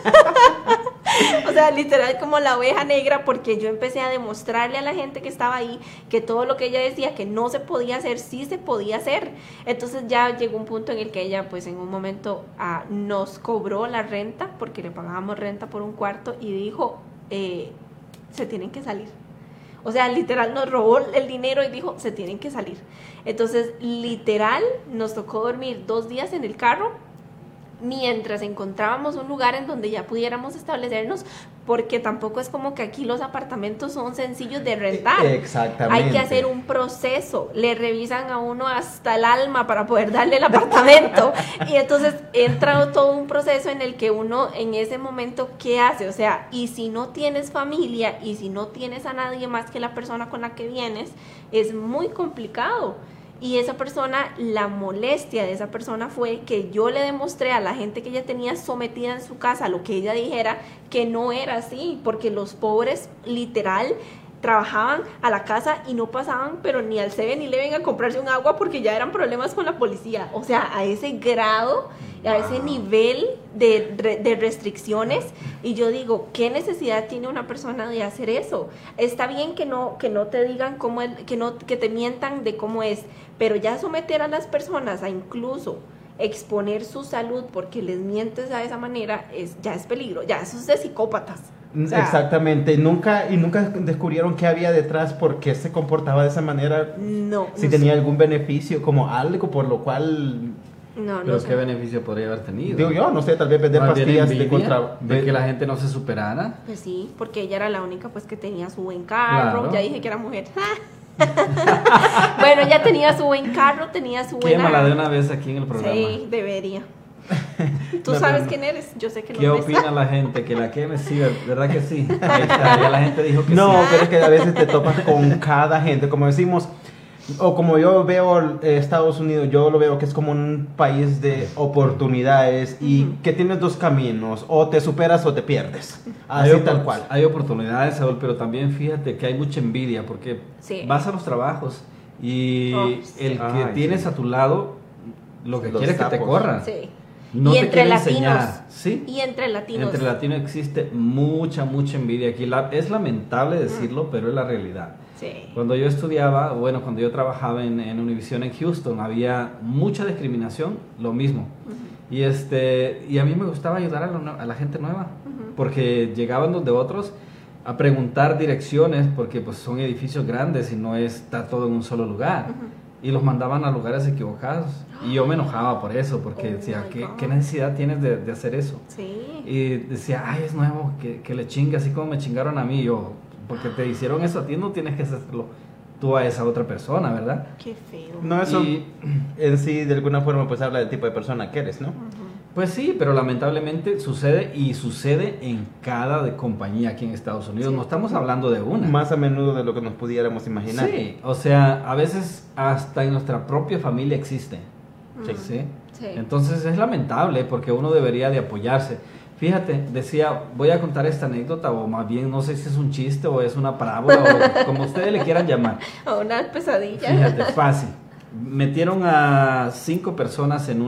O sea, literal como la oveja negra, porque yo empecé a demostrarle a la gente que estaba ahí que todo lo que ella decía que no se podía hacer, sí se podía hacer. Entonces ya llegó un punto en el que ella pues en un momento nos cobró la renta, porque le pagábamos renta por un cuarto, y dijo, se tienen que salir. O sea, literal nos robó el dinero y dijo, se tienen que salir. Entonces, literal, nos tocó dormir 2 días en el carro mientras encontrábamos un lugar en donde ya pudiéramos establecernos, porque tampoco es como que aquí los apartamentos son sencillos de rentar. Exactamente. Hay que hacer un proceso, le revisan a uno hasta el alma para poder darle el apartamento, y entonces entra todo un proceso en el que uno en ese momento, ¿qué hace? O sea, y si no tienes familia, y si no tienes a nadie más que la persona con la que vienes, es muy complicado. Y esa persona, la molestia de esa persona fue que yo le demostré a la gente que ella tenía sometida en su casa lo que ella dijera, que no era así, porque los pobres literal trabajaban a la casa y no pasaban pero ni al 7-Eleven a comprarse un agua porque ya eran problemas con la policía. O sea, a ese grado, a ese nivel de restricciones. Y yo digo, ¿qué necesidad tiene una persona de hacer eso? Está bien que no te digan cómo es, que te mientan de cómo es, pero ya someter a las personas a incluso exponer su salud porque les mientes de esa manera ya es peligro, ya eso es de psicópatas. O sea, exactamente, nunca descubrieron qué había detrás, por qué se comportaba de esa manera, no, si no tenía sé. algún beneficio, como algo por lo cual, Pero sé. ¿qué beneficio podría haber tenido? digo yo, no sé, tal vez vender Más bien pastillas de envidia contra... de que la gente no se superara. Pues sí, porque ella era la única pues que tenía su buen carro, Claro. ya dije que era mujer. Bueno, ella tenía su buen carro, tenía su buena... Quémala de una vez aquí en el programa. Sí, debería. Tú No, sabes no. quién eres, yo sé que no ¿Qué ves. opina la gente? ¿Que la queme? Sí, ¿verdad que sí? Ahí está, ya la gente dijo que No, sí. pero es que a veces te topas con cada gente, como decimos, o como yo veo Estados Unidos, yo lo veo que es como un país de oportunidades y que tienes dos caminos, o te superas o te pierdes, así tal cual. Hay oportunidades, Saúl, pero también fíjate que hay mucha envidia porque Sí. vas a los trabajos y Oh, sí. el que Ay, tienes sí. a tu lado lo que Los quiere es que te sapos. corra. Sí. No Y te entre quiere latinos. enseñar. ¿Sí? Y entre latinos. Entre latinos existe mucha envidia aquí. Es lamentable decirlo, pero es la realidad. Sí. Cuando yo estudiaba, bueno, cuando yo trabajaba en Univision en Houston, había mucha discriminación, lo mismo. Y a mí me gustaba ayudar a la gente nueva, porque llegaban donde otros a preguntar direcciones, porque pues son edificios grandes y no está todo en un solo lugar. Y los mandaban a lugares equivocados. Y yo me enojaba por eso, porque Oh decía, my God. ¿qué necesidad tienes de hacer eso? Sí. Y decía, ay, es nuevo, que le chingue, así como me chingaron a mí. Yo, porque te hicieron eso a ti, no tienes que hacerlo tú a esa otra persona, ¿verdad? Qué feo. No, eso Y- en sí de alguna forma pues habla del tipo de persona que eres, ¿no? Pues sí, pero lamentablemente sucede en cada compañía aquí en Estados Unidos. Sí. No estamos hablando de una. Más a menudo de lo que nos pudiéramos imaginar. Sí, o sea, a veces hasta en nuestra propia familia existe. Sí. ¿Sí? Sí. Entonces es lamentable porque uno debería de apoyarse. Fíjate, decía, voy a contar esta anécdota, o más bien no sé si es un chiste o es una parábola o como ustedes le quieran llamar. A una pesadilla. Fíjate, fácil. Metieron a 5 personas en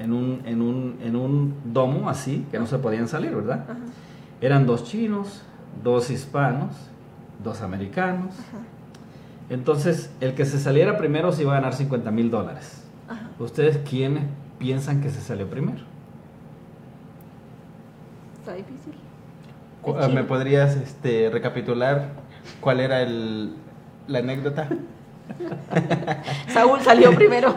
un domo así, que no se podían salir, ¿verdad? Ajá. Eran 2 chinos, 2 hispanos, 2 americanos. Entonces, el que se saliera primero se iba a ganar $50,000. Ajá. ¿Ustedes quiénes piensan que se salió primero? Está difícil. ¿Me podrías recapitular cuál era la anécdota? Saúl salió primero.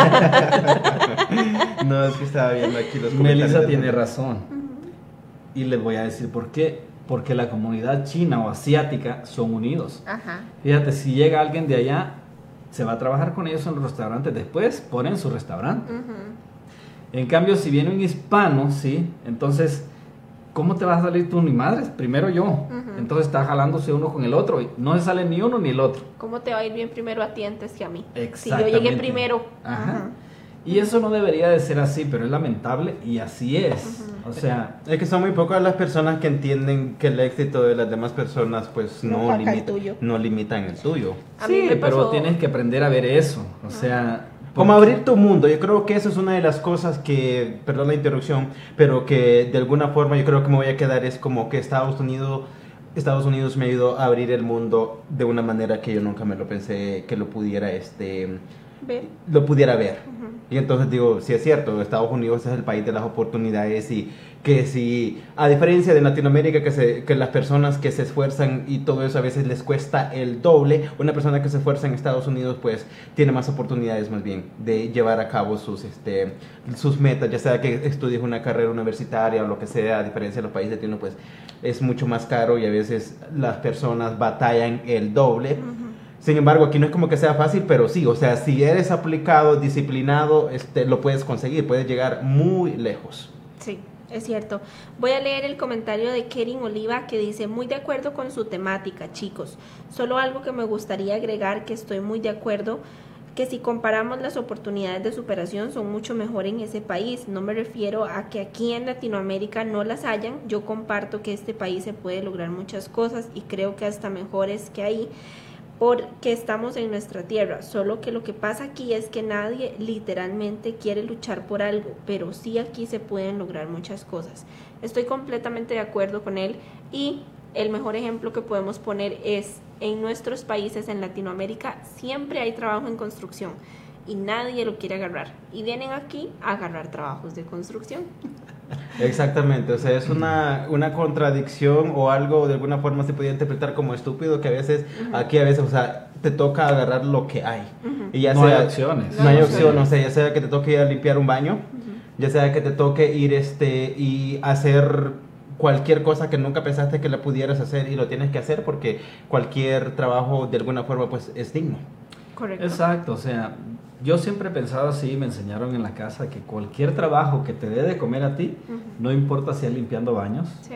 No, es que estaba viendo aquí los comentarios. Melissa de- tiene razón. Y les voy a decir por qué. Porque la comunidad china o asiática son unidos. Ajá. Fíjate, si llega alguien de allá, se va a trabajar con ellos en los restaurantes. Después ponen su restaurante. En cambio, si viene un hispano, ¿sí? Entonces, ¿cómo te vas a salir tú ni madres? Primero yo. Entonces está jalándose uno con el otro. Y no se sale ni uno ni el otro. ¿Cómo te va a ir bien primero a ti antes que a mí? Si yo Exactamente. llegué primero. Ajá. Y eso no debería de ser así, pero es lamentable y así es. O sea, Es que son muy pocas las personas que entienden que el éxito de las demás personas pues No no, opaca el tuyo. no limitan el tuyo. A mí sí, me pero pasó- tienes que aprender a ver eso. O sea, Como porque- abrir tu mundo, yo creo que eso es una de las cosas que, perdón la interrupción, pero que de alguna forma yo creo que me voy a quedar es como que Estados Unidos me ayudó a abrir el mundo de una manera que yo nunca me lo pensé que lo pudiera ver. Y entonces digo, sí es cierto, Estados Unidos es el país de las oportunidades y que si, a diferencia de Latinoamérica, que las personas que se esfuerzan y todo eso a veces les cuesta el doble, una persona que se esfuerza en Estados Unidos pues tiene más oportunidades más bien de llevar a cabo sus metas, ya sea que estudies una carrera universitaria o lo que sea, a diferencia de los países latinos pues es mucho más caro y a veces las personas batallan el doble. Sin embargo, aquí no es como que sea fácil, pero sí, o sea, si eres aplicado, disciplinado, lo puedes conseguir, puedes llegar muy lejos. Sí, es cierto. Voy a leer el comentario de Kerin Oliva que dice, muy de acuerdo con su temática, chicos. Solo algo que me gustaría agregar que estoy muy de acuerdo que si comparamos las oportunidades de superación son mucho mejor en ese país. No me refiero a que aquí en Latinoamérica no las hayan. Yo comparto que este país se puede lograr muchas cosas y creo que hasta mejores que ahí, porque estamos en nuestra tierra. Solo que lo que pasa aquí es que nadie literalmente quiere luchar por algo, pero sí aquí se pueden lograr muchas cosas. Estoy completamente de acuerdo con él, y el mejor ejemplo que podemos poner es en nuestros países en Latinoamérica siempre hay trabajo en construcción y nadie lo quiere agarrar, y vienen aquí a agarrar trabajos de construcción. Exactamente, o sea, es una contradicción o algo de alguna forma se podría interpretar como estúpido, que a veces, aquí a veces, o sea, te toca agarrar lo que hay. Y ya no sea, hay opciones. No hay opción, o sea, ya sea que te toque ir a limpiar un baño, ya sea que te toque ir y hacer cualquier cosa que nunca pensaste que la pudieras hacer, y lo tienes que hacer porque cualquier trabajo de alguna forma pues es digno. Correcto. Exacto, o sea, yo siempre he pensado así, me enseñaron en la casa que cualquier trabajo que te dé de comer a ti, no importa si es limpiando baños, Sí.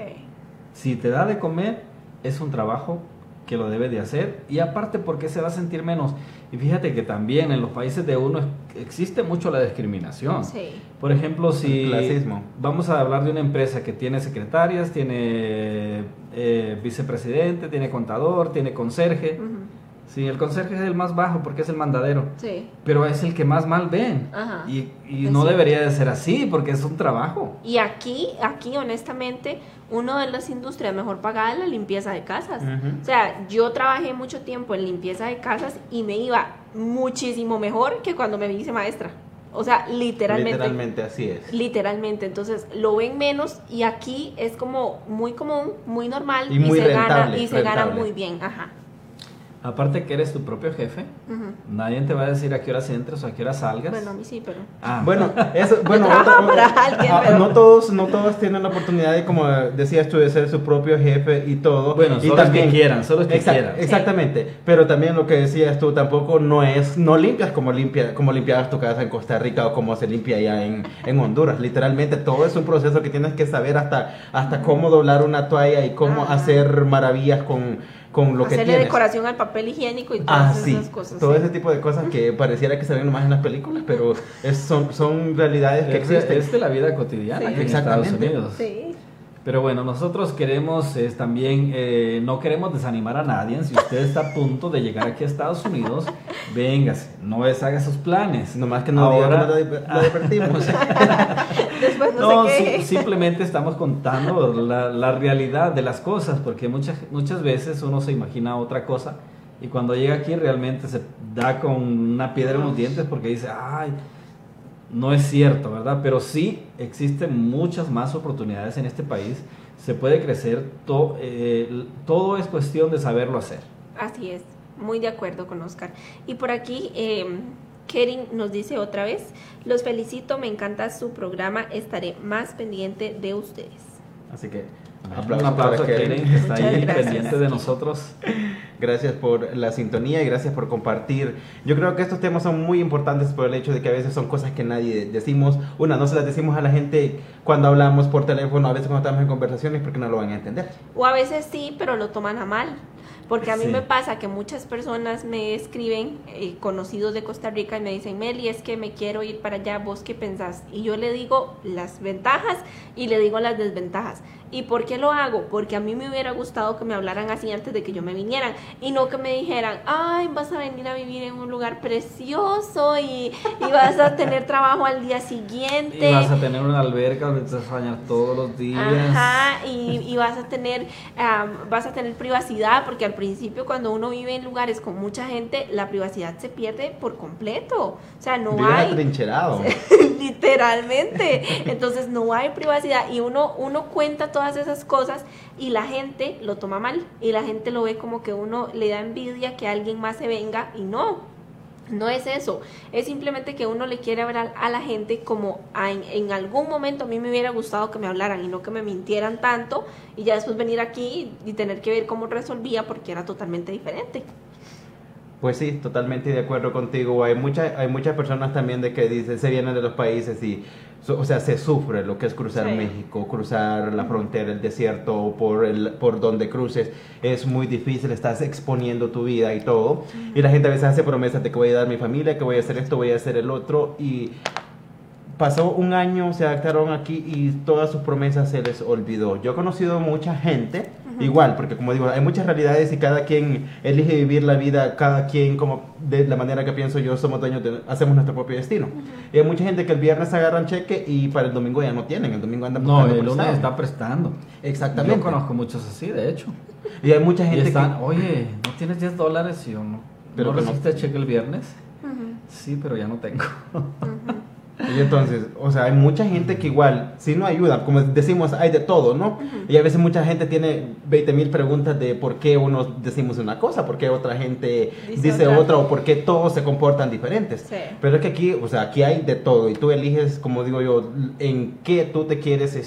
si te da de comer, es un trabajo que lo debe de hacer, y aparte porque se va a sentir menos. Y fíjate que también en los países de uno existe mucho la discriminación. Sí. Por ejemplo, si El clasismo. vamos a hablar de una empresa que tiene secretarias, tiene vicepresidente, tiene contador, tiene conserje. Sí, el conserje es el más bajo porque es el mandadero, Sí. pero es el que más mal ven. Ajá. Y Es no cierto. debería de ser así porque es un trabajo. Y aquí honestamente, una de las industrias mejor pagadas es la limpieza de casas. Ujú. O sea, yo trabajé mucho tiempo en limpieza de casas y me iba muchísimo mejor que cuando me hice maestra. O sea, Literalmente así es. Literalmente, entonces lo ven menos, y aquí es como muy común, muy normal, Y muy se gana, rentable, y se gana rentable. muy bien. Ajá. Aparte que eres tu propio jefe, nadie te va a decir a qué horas entres o a qué horas salgas. Bueno, a mí sí, pero... Ah, Bueno, eso, bueno, trabajo para alguien, pero- no todos tienen la oportunidad de, como decías tú, de ser su propio jefe y todo. Bueno, y solo los que quieran, solo los que quieran. Exactamente, pero también lo que decías tú, tampoco no limpias como limpiabas tu casa en Costa Rica o como se limpia allá en Honduras. Literalmente todo es un proceso que tienes que saber hasta cómo doblar una toalla y cómo hacer maravillas con lo que hacerle tienes. decoración al papel higiénico y todas Sí, esas cosas. todo sí. ese tipo de cosas que pareciera que se ven nomás en las películas, pero son realidades que existen. es de la vida cotidiana Sí. aquí en Estados Exactamente. Unidos. Sí. Pero bueno, nosotros queremos también, no queremos desanimar a nadie. Si usted está a punto de llegar aquí a Estados Unidos, véngase, no deshaga sus planes. Nomás que no diga Ahora- que lo divertimos. Después no, No, sé qué. simplemente estamos contando la realidad de las cosas, porque muchas veces uno se imagina otra cosa y cuando llega aquí realmente se da con una piedra en los dientes porque dice, ay, no es cierto, ¿verdad? Pero sí existen muchas más oportunidades en este país, se puede crecer, todo es cuestión de saberlo hacer. Así es, muy de acuerdo con Oscar. Y por aquí, Keren nos dice otra vez: los felicito, me encanta su programa, estaré más pendiente de ustedes. Así que Un aplauso aplauso a para Keren, Keren. que está Muchas ahí gracias. pendiente de nosotros. Gracias por la sintonía y gracias por compartir. Yo creo que estos temas son muy importantes por el hecho de que a veces son cosas que nadie decimos. No se las decimos a la gente cuando hablamos por teléfono, a veces cuando estamos en conversaciones porque no lo van a entender. O a veces sí, pero lo toman a mal. Porque a mí Sí. me pasa que muchas personas me escriben, conocidos de Costa Rica, y me dicen: Meli, es que me quiero ir para allá, ¿vos qué pensás? Y yo le digo las ventajas y le digo las desventajas. ¿Y por qué lo hago? Porque a mí me hubiera gustado que me hablaran así antes de que yo me vinieran, y no que me dijeran: ay, vas a venir a vivir en un lugar precioso y vas a tener trabajo al día siguiente. Y vas a tener una alberca donde te vas a bañar todos los días. Ajá, y vas a tener privacidad, porque al principio, cuando uno vive en lugares con mucha gente, la privacidad se pierde por completo. O sea, no Vives hay atrincherado. literalmente. Entonces no hay privacidad, y uno cuenta todas esas cosas y la gente lo toma mal, y la gente lo ve como que uno le da envidia que alguien más se venga, y no es eso, es simplemente que uno le quiere hablar a la gente como en algún momento a mí me hubiera gustado que me hablaran y no que me mintieran tanto, y ya después venir aquí y tener que ver cómo resolvía, porque era totalmente diferente. Pues sí, totalmente de acuerdo contigo. Hay muchas personas también de que dicen, se vienen de los países y, o sea, se sufre lo que es cruzar Sí. México, cruzar la frontera, el desierto, por donde cruces. Es muy difícil, estás exponiendo tu vida y todo. Y la gente a veces hace promesas de que voy a dar a mi familia, que voy a hacer esto, voy a hacer el otro. Y pasó un año, se adaptaron aquí y todas sus promesas se les olvidó. Yo he conocido mucha gente, igual, porque como digo, hay muchas realidades y cada quien elige vivir la vida, cada quien, como de la manera que pienso yo, somos dueños hacemos nuestro propio destino. Y hay mucha gente que el viernes agarran cheque y para el domingo ya no tienen, el domingo andan No, buscando el lunes prestado. está prestando. Exactamente. Yo conozco muchos así, de hecho. Y hay mucha Y gente están, oye, ¿no tienes $10? Y yo no. Pero ¿No que no- recibiste cheque el viernes? Ujú, Sí, pero ya no tengo. ujú. Y entonces, o sea, hay mucha gente que igual, si no ayuda, como decimos, hay de todo, ¿no? Y a veces mucha gente tiene 20,000 preguntas de por qué unos decimos una cosa, por qué otra gente dice otra, o por qué todos se comportan diferentes. Sí. Pero es que aquí, o sea, aquí hay de todo y tú eliges, como digo yo, en qué tú te quieres,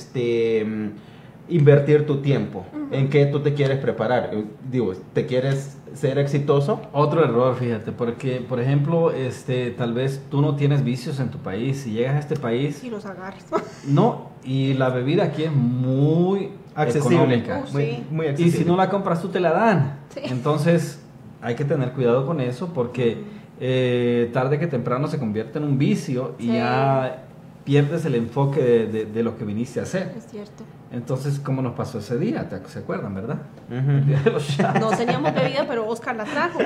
invertir tu tiempo, en qué tú te quieres preparar. Digo, ¿te quieres ser exitoso? Otro error, fíjate, porque, por ejemplo, tal vez tú no tienes vicios en tu país. Si llegas a este país, Y los agarres. no, y la bebida aquí es muy Accesible, económica. muy, Sí. muy Y accesible. si no la compras tú te la dan. Sí. Entonces hay que tener cuidado con eso porque tarde que temprano se convierte en un vicio y Sí. ya pierdes el enfoque de lo que viniste a hacer. Es cierto. Entonces, ¿cómo nos pasó ese día? ¿Se acuerdan, verdad? Ujú. El día de los shots. No teníamos bebida, pero Oscar la trajo.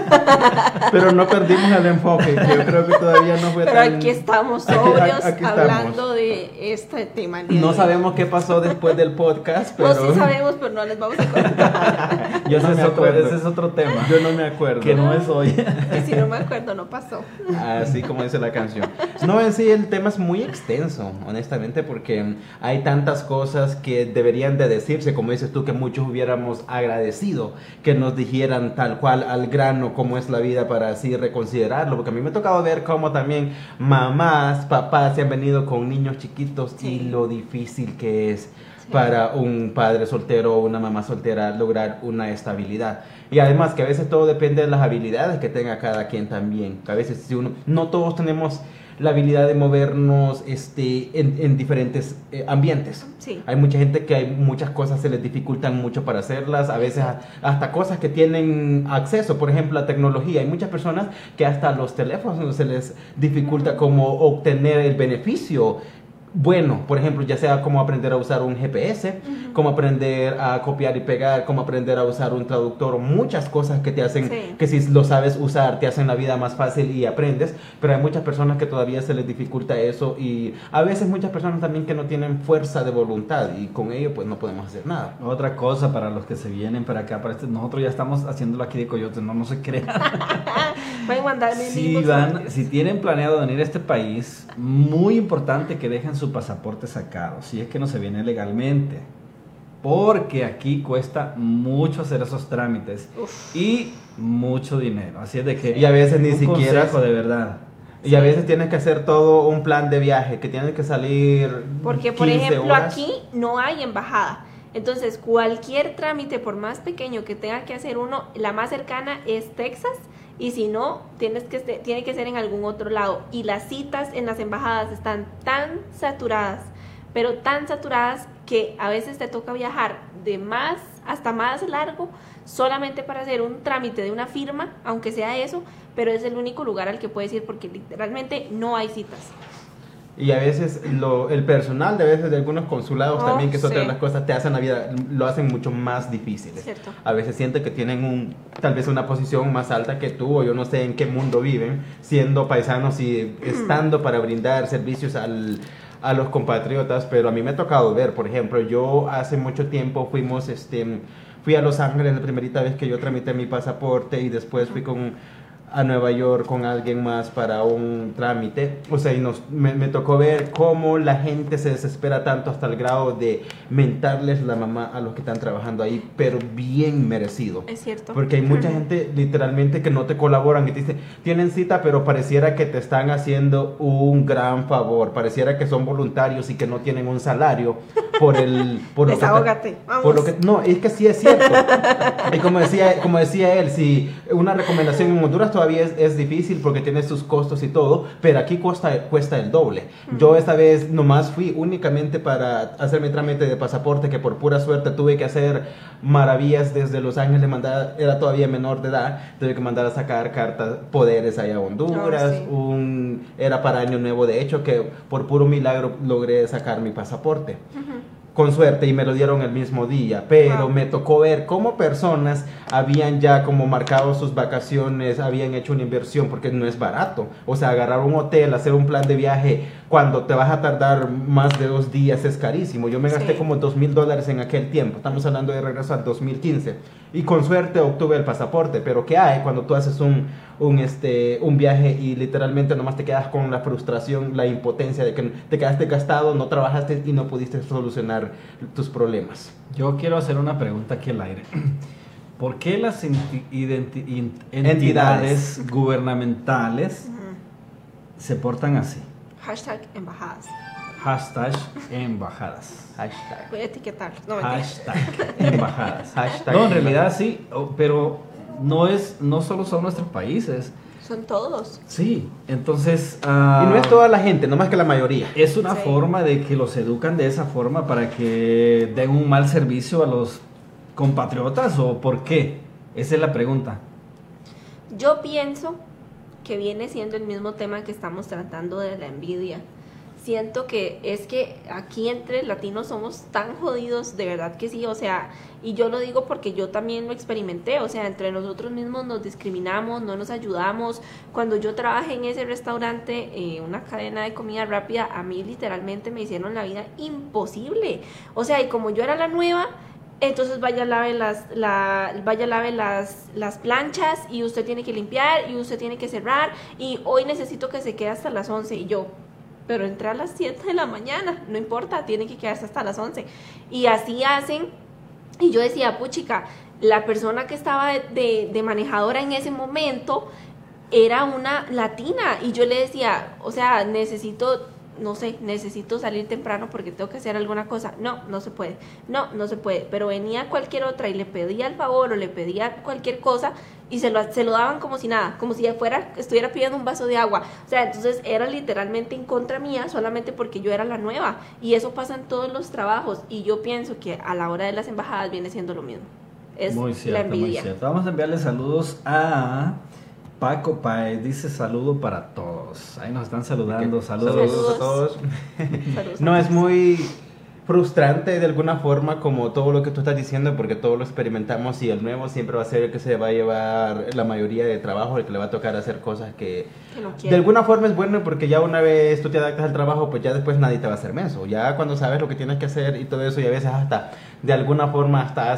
Pero no perdimos el enfoque, que yo creo que todavía no fue Pero tan... aquí estamos Aquí- sobrios aquí estamos. hablando de este tema. el día No de hoy. sabemos qué pasó después del podcast, pero... No, sí sabemos, pero no les vamos a contar. Yo no ese, me es otro, acuerdo. ese es otro tema. Yo no me acuerdo. Que no es hoy. Y si no me acuerdo, no pasó. Así como dice la canción. No, en sí el tema es muy extenso, honestamente, porque hay tantas cosas que deberían de decirse, como dices tú, que muchos hubiéramos agradecido que nos dijeran tal cual al grano cómo es la vida para así reconsiderarlo, porque a mí me ha tocado ver cómo también mamás, papás se han venido con niños chiquitos y Sí. lo difícil que es para un padre soltero o una mamá soltera lograr una estabilidad. Y además que a veces todo depende de las habilidades que tenga cada quien también. A veces si uno, no todos tenemos la habilidad de movernos en diferentes ambientes. Sí. Hay mucha gente que hay muchas cosas se les dificultan mucho para hacerlas, a veces hasta cosas que tienen acceso, por ejemplo, a tecnología. Hay muchas personas que hasta los teléfonos se les dificulta como obtener el beneficio. Bueno, por ejemplo, ya sea cómo aprender a usar un GPS, cómo aprender a copiar y pegar, cómo aprender a usar un traductor, muchas cosas que te hacen, Sí. que si lo sabes usar, te hacen la vida más fácil y aprendes, pero hay muchas personas que todavía se les dificulta eso y a veces muchas personas también que no tienen fuerza de voluntad y con ello pues no podemos hacer nada. Otra cosa para los que se vienen para acá, nosotros ya estamos haciéndolo aquí de Coyote, no se crean. Pueden mandarme un Si, inbox antes. si tienen planeado venir a este país, muy importante que dejen su pasaporte sacado, si es que no se viene legalmente, porque aquí cuesta mucho hacer esos trámites y mucho dinero, así es de que Y a veces ni un siquiera- consejo de verdad. Y a veces tienes que hacer todo un plan de viaje, que tienes que salir Porque, por 15 ejemplo, horas. aquí no hay embajada. Entonces, cualquier trámite, por más pequeño que tenga que hacer uno, la más cercana es Texas. Y si no, tiene que ser en algún otro lado. Y las citas en las embajadas están tan saturadas, pero tan saturadas que a veces te toca viajar de más hasta más largo solamente para hacer un trámite de una firma, aunque sea eso, pero es el único lugar al que puedes ir porque literalmente no hay citas. Y a veces el personal de veces de algunos consulados Oh, también, que es otra de sí. las cosas, te hacen la vida, lo hacen mucho más difícil. Cierto. A veces sienten que tienen tal vez una posición más alta que tú, o yo no sé en qué mundo viven, siendo paisanos y estando para brindar servicios a los compatriotas, pero a mí me ha tocado ver, por ejemplo, yo hace mucho tiempo fui a Los Ángeles la primerita vez que yo tramité mi pasaporte y después fui a Nueva York con alguien más para un trámite. O sea, y me tocó ver cómo la gente se desespera tanto hasta el grado de mentarles la mamá a los que están trabajando ahí, pero bien merecido. Es cierto. Porque hay mucha gente literalmente que no te colaboran, que te dicen, tienen cita, pero pareciera que te están haciendo un gran favor, pareciera que son voluntarios y que no tienen un salario por Desahógate, no, es que sí es cierto. Y como decía él, si una recomendación en Honduras todavía es difícil porque tiene sus costos y todo, pero aquí cuesta el doble. Yo esta vez nomás fui únicamente para hacer mi trámite de pasaporte, que por pura suerte tuve que hacer maravillas desde Los Ángeles, era todavía menor de edad, tuve que mandar a sacar cartas, poderes allá a Honduras, sí. Era para Año Nuevo, de hecho, que por puro milagro logré sacar mi pasaporte. Con suerte, y me lo dieron el mismo día, pero me tocó ver cómo personas habían ya como marcado sus vacaciones, habían hecho una inversión, porque no es barato. O sea, agarrar un hotel, hacer un plan de viaje cuando te vas a tardar más de 2 días es carísimo. Yo me gasté como $2,000 en aquel tiempo, estamos hablando de regreso al 2015, y con suerte obtuve el pasaporte. Pero ¿qué hay cuando tú haces un viaje y literalmente nomás te quedas con la frustración, la impotencia de que te quedaste gastado, no trabajaste y no pudiste solucionar tus problemas? Yo quiero hacer una pregunta aquí al aire. ¿Por qué las entidades gubernamentales se portan así? #embajadas. #embajadas. Voy a etiquetar. No, #embajadas. No, en realidad sí, pero no solo son nuestros países. Son todos. Sí, entonces... y no es toda la gente, nomás que la mayoría. Es una forma de que los educan de esa forma para que den un mal servicio a los compatriotas, ¿o por qué? Esa es la pregunta. Yo pienso que viene siendo el mismo tema que estamos tratando de la envidia. Siento que es que aquí entre latinos somos tan jodidos, de verdad que sí, o sea, y yo lo digo porque yo también lo experimenté, o sea, entre nosotros mismos nos discriminamos, no nos ayudamos. Cuando yo trabajé en ese restaurante, una cadena de comida rápida, a mí literalmente me hicieron la vida imposible, o sea, y como yo era la nueva, entonces vaya lave las planchas, y usted tiene que limpiar, y usted tiene que cerrar, y hoy necesito que se quede hasta las 11, y yo... pero entré a las 7 de la mañana, no importa, tienen que quedarse hasta las 11. Y así hacen, y yo decía, puchica, la persona que estaba de manejadora en ese momento era una latina, y yo le decía, o sea, necesito salir temprano porque tengo que hacer alguna cosa. No se puede, pero venía cualquier otra y le pedía el favor o le pedía cualquier cosa y se lo daban como si nada, como si estuviera pidiendo un vaso de agua. O sea, entonces era literalmente en contra mía solamente porque yo era la nueva, y eso pasa en todos los trabajos, y yo pienso que a la hora de las embajadas viene siendo lo mismo. Es muy cierto, la envidia. muy cierto. Vamos a enviarle saludos a Paco Paez, dice saludo para todos. Ahí nos están saludando. Saludos a todos. Saludos. No, es muy frustrante de alguna forma, como todo lo que tú estás diciendo, porque todos lo experimentamos, y el nuevo siempre va a ser el que se va a llevar la mayoría de trabajo, el que le va a tocar hacer cosas que no de alguna forma es bueno, porque ya una vez tú te adaptas al trabajo, pues ya después nadie te va a hacer menso. Ya cuando sabes lo que tienes que hacer y todo eso, y a veces hasta de alguna forma hasta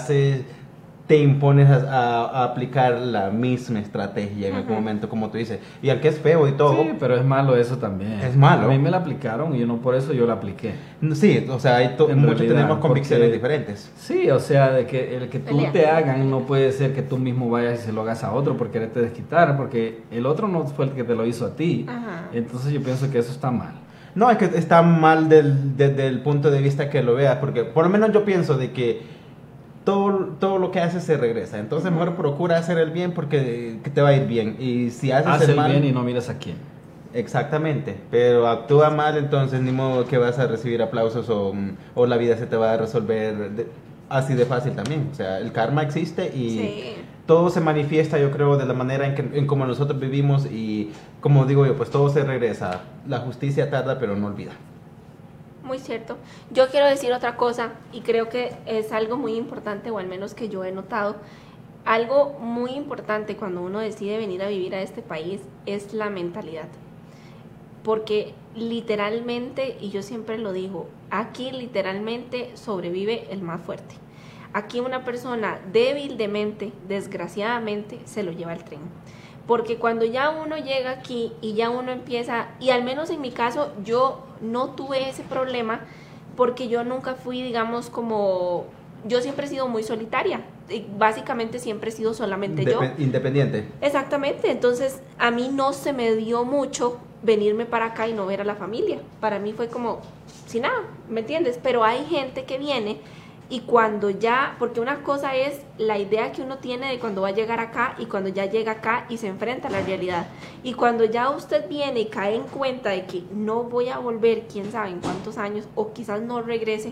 te impones a aplicar la misma estrategia en algún momento, como tú dices, y al que es feo y todo. Sí, pero es malo eso también. Es malo. A mí me la aplicaron y yo no, por eso yo la apliqué. Sí, o sea, muchos tenemos convicciones diferentes. Sí, o sea, de que el que tú te hagan no puede ser que tú mismo vayas y se lo hagas a otro por quererte desquitar, porque el otro no fue el que te lo hizo a ti. Ajá. Entonces yo pienso que eso está mal. No, es que está mal desde el punto de vista que lo veas, porque por lo menos yo pienso de que todo lo que haces se regresa. Entonces mejor procura hacer el bien, porque te va a ir bien. Y si haces el mal, bien y no miras a quién. Exactamente, pero actúa mal, entonces ni modo que vas a recibir aplausos o la vida se te va a resolver así de fácil también. O sea, el karma existe y todo se manifiesta, yo creo, de la manera en como nosotros vivimos, y como digo yo, pues todo se regresa. La justicia tarda, pero no olvida. Muy cierto. Yo quiero decir otra cosa, y creo que es algo muy importante, o al menos que yo he notado. Algo muy importante cuando uno decide venir a vivir a este país es la mentalidad. Porque literalmente, y yo siempre lo digo, aquí literalmente sobrevive el más fuerte. Aquí una persona débil de mente, desgraciadamente, se lo lleva el tren. porque cuando ya uno llega aquí y ya uno empieza, y al menos en mi caso yo no tuve ese problema porque yo nunca fui, digamos, como, yo siempre he sido muy solitaria, y básicamente siempre he sido solamente yo. Independiente. Exactamente, entonces a mí no se me dio mucho venirme para acá y no ver a la familia, para mí fue como, sin nada, ¿me entiendes? Pero hay gente que viene y cuando ya, porque una cosa es la idea que uno tiene de cuando va a llegar acá y cuando ya llega acá y se enfrenta a la realidad. Y cuando ya usted viene y cae en cuenta de que no voy a volver, quién sabe en cuántos años, o quizás no regrese,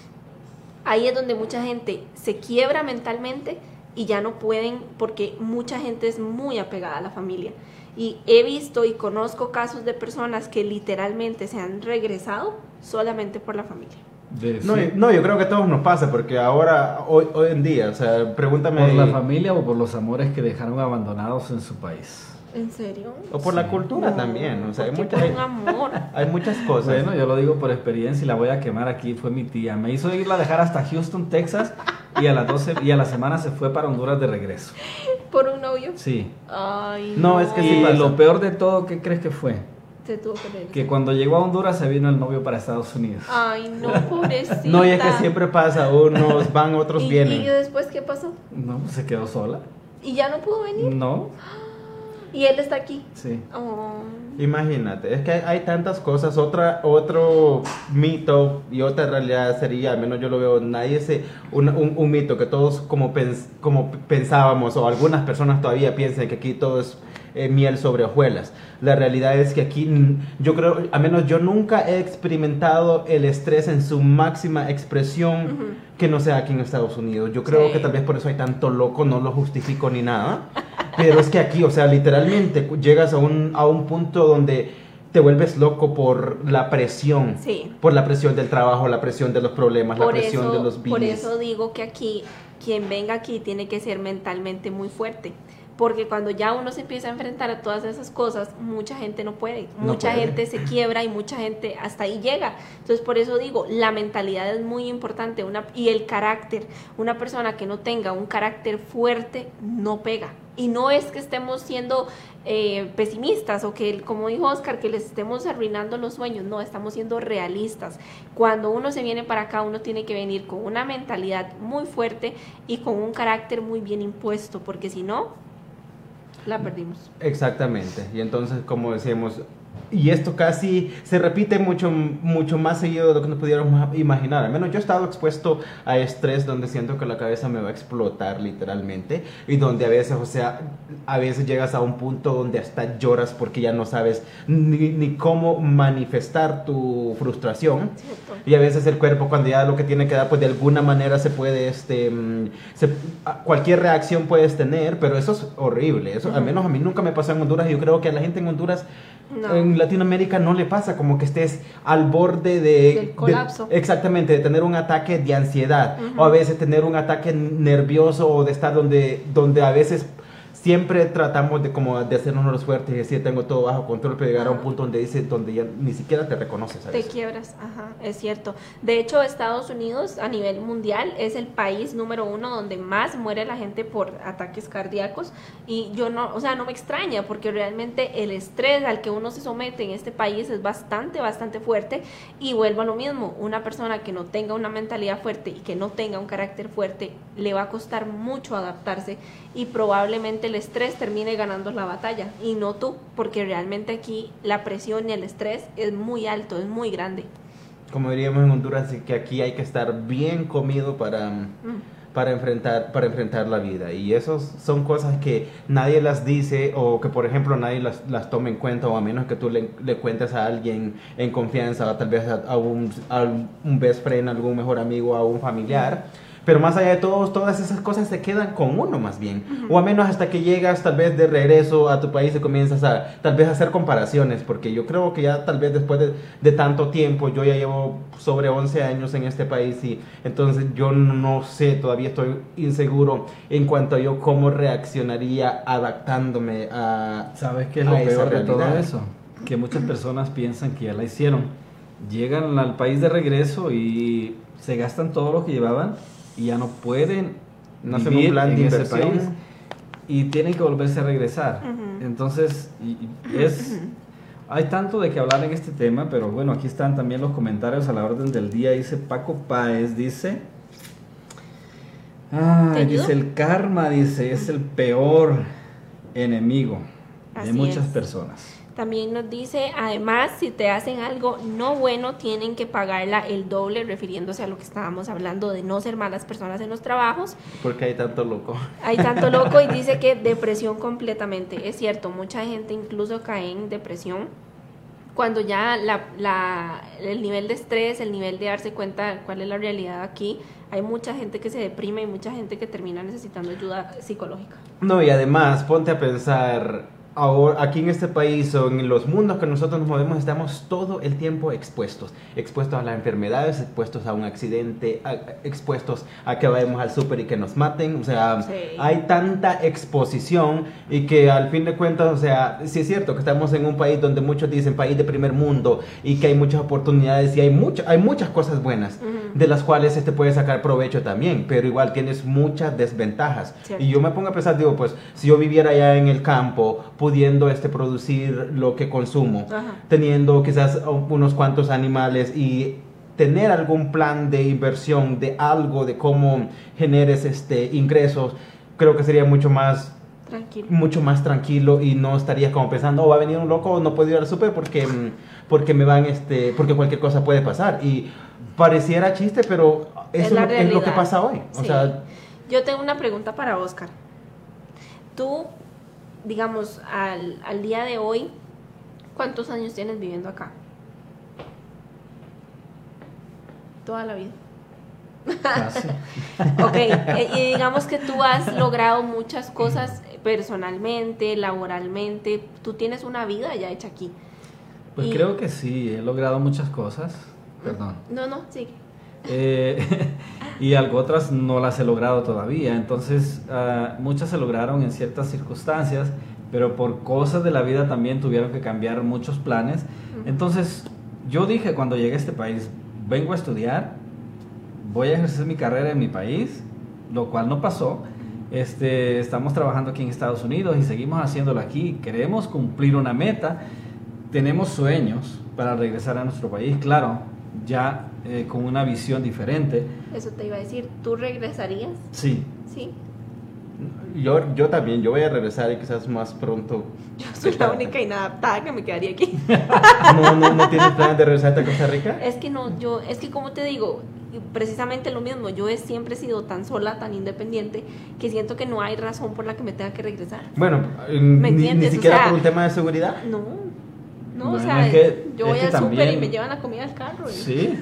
ahí es donde mucha gente se quiebra mentalmente y ya no pueden, porque mucha gente es muy apegada a la familia. Y he visto y conozco casos de personas que literalmente se han regresado solamente por la familia. No, yo creo que a todos nos pasa, porque ahora, hoy en día, o sea, pregúntame... ¿Por la familia o por los amores que dejaron abandonados en su país? ¿En serio? O por la cultura también, o sea, un amor. hay muchas cosas. Bueno, yo lo digo por experiencia y la voy a quemar aquí, fue mi tía. Me hizo irla a dejar hasta Houston, Texas, y a la semana se fue para Honduras de regreso. ¿Por un novio? Sí. Ay, No, es que sí Y pasa. lo peor de todo, ¿qué crees que fue? Se tuvo que regresar. Que cuando llegó a Honduras se vino el novio para Estados Unidos. Ay, no, pobrecita. No, y es que siempre pasa, unos van, otros ¿Y vienen. después qué pasó? No, se quedó sola. ¿Y ya no pudo venir? No, ¿Y él está aquí? sí. Oh. Imagínate, es que hay tantas cosas. Otro mito y otra realidad sería, al menos yo lo veo, un mito que todos como pensábamos, o algunas personas todavía piensan que aquí todo es miel sobre hojuelas. La realidad es que aquí, yo creo, al menos yo nunca he experimentado el estrés en su máxima expresión que no sea aquí en Estados Unidos. Yo creo que tal vez por eso hay tanto loco, no lo justifico ni nada. Pero es que aquí, o sea, literalmente llegas a un punto donde te vuelves loco por la presión. Sí. Por la presión del trabajo, la presión de los problemas, la presión de los Por bienes. eso digo que aquí, quien venga aquí tiene que ser mentalmente muy fuerte. Porque cuando ya uno se empieza a enfrentar a todas esas cosas, mucha gente no puede. Mucha gente se quiebra y mucha gente hasta ahí llega. Entonces, por eso digo, la mentalidad es muy importante y el carácter. Una persona que no tenga un carácter fuerte no pega. Y no es que estemos siendo pesimistas o que, como dijo Oscar, que les estemos arruinando los sueños. No, estamos siendo realistas. Cuando uno se viene para acá, uno tiene que venir con una mentalidad muy fuerte y con un carácter muy bien impuesto, porque si no, la perdimos. Exactamente. Y entonces, como decíamos, y esto casi se repite mucho más seguido de lo que nos pudiéramos imaginar. Al menos yo he estado expuesto a estrés donde siento que la cabeza me va a explotar literalmente, y donde a veces, o sea, a veces llegas a un punto donde hasta lloras porque ya no sabes ni cómo manifestar tu frustración. ¿Cierto? Y a veces el cuerpo, cuando ya lo que tiene que dar, pues de alguna manera se puede, cualquier reacción puedes tener, pero eso es horrible. Eso, al menos a mí nunca me pasó en Honduras, y yo creo que a la gente en Honduras, No. en Latinoamérica, no le pasa, como que estés al borde del colapso. Exactamente, de tener un ataque de ansiedad, o a veces tener un ataque nervioso, o de estar donde a veces siempre tratamos de hacernos los fuertes y decir tengo todo bajo control, pero llegar a un punto donde ya ni siquiera te reconoces. Te quiebras, ajá, es cierto. De hecho, Estados Unidos a nivel mundial es el país número 1 donde más muere la gente por ataques cardíacos, y yo no me extraña, porque realmente el estrés al que uno se somete en este país es bastante fuerte. Y vuelvo a lo mismo, una persona que no tenga una mentalidad fuerte y que no tenga un carácter fuerte, le va a costar mucho adaptarse, y probablemente el estrés termine ganando la batalla y no tú, porque realmente aquí la presión y el estrés es muy alto, es muy grande. Como diríamos en Honduras, que aquí hay que estar bien comido para enfrentar la vida, y esos son cosas que nadie las dice, o que por ejemplo nadie las tome en cuenta, o a menos que tú le cuentes a alguien en confianza, o tal vez a un best friend, algún mejor amigo, a un familiar. Pero más allá de todas esas cosas se quedan con uno más bien. O a menos hasta que llegas tal vez de regreso a tu país y comienzas a tal vez a hacer comparaciones. Porque yo creo que ya tal vez después de tanto tiempo, yo ya llevo sobre 11 años en este país, y entonces yo no sé, todavía estoy inseguro en cuanto a yo cómo reaccionaría adaptándome a... ¿Sabes qué es lo peor de todo eso? Que muchas personas piensan que ya la hicieron. Llegan al país de regreso y se gastan todo lo que llevaban, y ya no pueden no hacen vivir un plan de en ese inversión. país. y tienen que volverse a regresar. Entonces, hay tanto de que hablar en este tema, pero bueno, aquí están también los comentarios a la orden del día. Dice Paco Páez, dice el karma, dice, es el peor enemigo de muchas personas. También nos dice, además, si te hacen algo no bueno, tienen que pagarla el doble, refiriéndose a lo que estábamos hablando de no ser malas personas en los trabajos. Porque hay tanto loco. Hay tanto loco, y dice que depresión completamente. Es cierto, mucha gente incluso cae en depresión cuando ya el nivel de estrés, el nivel de darse cuenta de cuál es la realidad aquí. Hay mucha gente que se deprime y mucha gente que termina necesitando ayuda psicológica. No, y además, ponte a pensar, ahora, aquí en este país o en los mundos que nosotros nos movemos, estamos todo el tiempo expuestos a las enfermedades, expuestos a un accidente, expuestos a que vayamos al súper y que nos maten. O sea, sí, hay tanta exposición, y que al fin de cuentas, o sea, sí es cierto que estamos en un país donde muchos dicen país de primer mundo y que hay muchas oportunidades y hay muchas cosas buenas, de las cuales puede sacar provecho también, pero igual tienes muchas desventajas. Cierto. Y yo me pongo a pensar, digo, pues si yo viviera allá en el campo, pudiendo producir lo que consumo, teniendo quizás unos cuantos animales y tener algún plan de inversión de algo, de cómo generes ingresos, creo que sería mucho más tranquilo y no estaría como pensando, va a venir un loco, no puedo ir al súper porque me van porque cualquier cosa puede pasar. Y pareciera chiste, pero eso es lo que pasa hoy. Sí. O sea, yo tengo una pregunta para Oscar. Tú, digamos, al día de hoy, ¿cuántos años tienes viviendo acá? Toda la vida. Casi. Ok, y digamos que tú has logrado muchas cosas personalmente, laboralmente. Tú tienes una vida ya hecha aquí. Pues creo que sí, he logrado muchas cosas. Perdón. No, sigue. Y algo otras no las he logrado todavía. Entonces, muchas se lograron en ciertas circunstancias, pero por cosas de la vida también tuvieron que cambiar muchos planes. Entonces, yo dije cuando llegué a este país, vengo a estudiar, voy a ejercer mi carrera en mi país, lo cual no pasó. Estamos trabajando aquí en Estados Unidos y seguimos haciéndolo aquí. Queremos cumplir una meta, tenemos sueños para regresar a nuestro país, claro, ya con una visión diferente. Eso te iba a decir, ¿tú regresarías? Sí. Sí. Yo también, yo voy a regresar y quizás más pronto. Yo soy la única inadaptada que me quedaría aquí. ¿No tienes planes de regresarte a Costa Rica? Es que como te digo, precisamente lo mismo, yo siempre he sido tan sola, tan independiente, que siento que no hay razón por la que me tenga que regresar. Bueno, ni siquiera por un tema de seguridad. No, bueno, o sea, yo voy al súper y me llevan la comida al carro. Sí.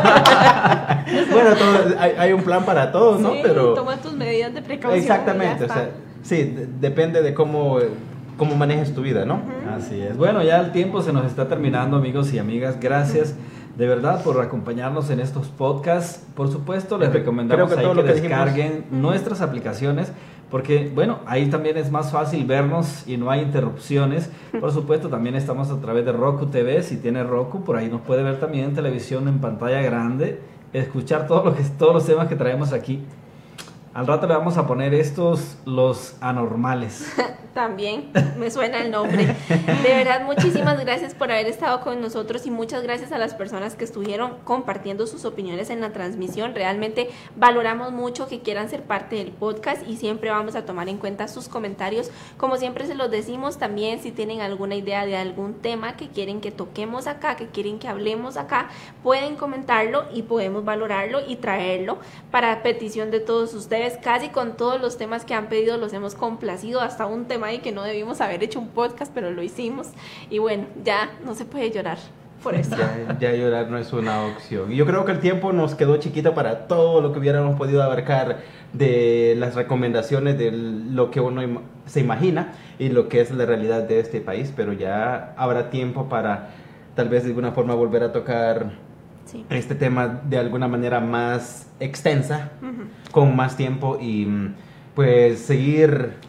Bueno, hay un plan para todos, ¿no? Sí, pero toma tus medidas de precaución. Exactamente, o sea, sí, depende de cómo manejes tu vida, ¿no? Así es. Bueno, ya el tiempo se nos está terminando, amigos y amigas. Gracias de verdad por acompañarnos en estos podcasts. Por supuesto, les recomendamos que descarguen nuestras aplicaciones, porque, bueno, ahí también es más fácil vernos y no hay interrupciones. Por supuesto, también estamos a través de Roku TV. Si tiene Roku, por ahí nos puede ver también en televisión en pantalla grande, escuchar todos los temas que traemos aquí. Al rato le vamos a poner los anormales. También me suena el nombre. De verdad, muchísimas gracias por haber estado con nosotros y muchas gracias a las personas que estuvieron compartiendo sus opiniones en la transmisión. Realmente valoramos mucho que quieran ser parte del podcast y siempre vamos a tomar en cuenta sus comentarios. Como siempre se los decimos, también si tienen alguna idea de algún tema que quieren que toquemos acá, que quieren que hablemos acá, pueden comentarlo y podemos valorarlo y traerlo para petición de todos ustedes. Casi con todos los temas que han pedido los hemos complacido, hasta un tema de que no debimos haber hecho un podcast, pero lo hicimos. Y bueno, ya no se puede llorar por eso. Ya llorar no es una opción. Y yo creo que el tiempo nos quedó chiquito para todo lo que hubiéramos podido abarcar de las recomendaciones de lo que uno se imagina y lo que es la realidad de este país, pero ya habrá tiempo para tal vez de alguna forma volver a tocar este tema de alguna manera más extensa, con más tiempo y pues seguir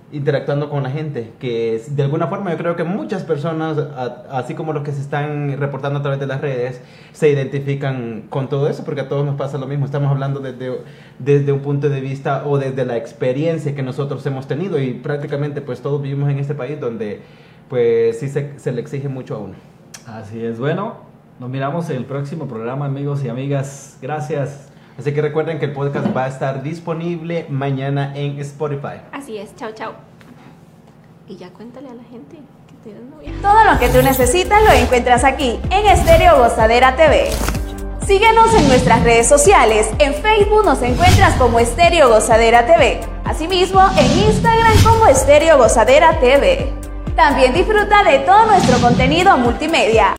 interactuando con la gente, que de alguna forma yo creo que muchas personas, así como los que se están reportando a través de las redes, se identifican con todo eso, porque a todos nos pasa lo mismo. Estamos hablando desde un punto de vista o desde la experiencia que nosotros hemos tenido, y prácticamente pues todos vivimos en este país donde pues sí se le exige mucho a uno. Así es. Bueno, nos miramos en el próximo programa, amigos y amigas. Gracias. Así que recuerden que el podcast va a estar disponible mañana en Spotify. Así es, chao, chao. Y ya cuéntale a la gente que tienes novia. Todo lo que tú necesitas lo encuentras aquí, en Estéreo Gozadera TV. Síguenos en nuestras redes sociales. En Facebook nos encuentras como Estéreo Gozadera TV. Asimismo, en Instagram como Estéreo Gozadera TV. También disfruta de todo nuestro contenido multimedia.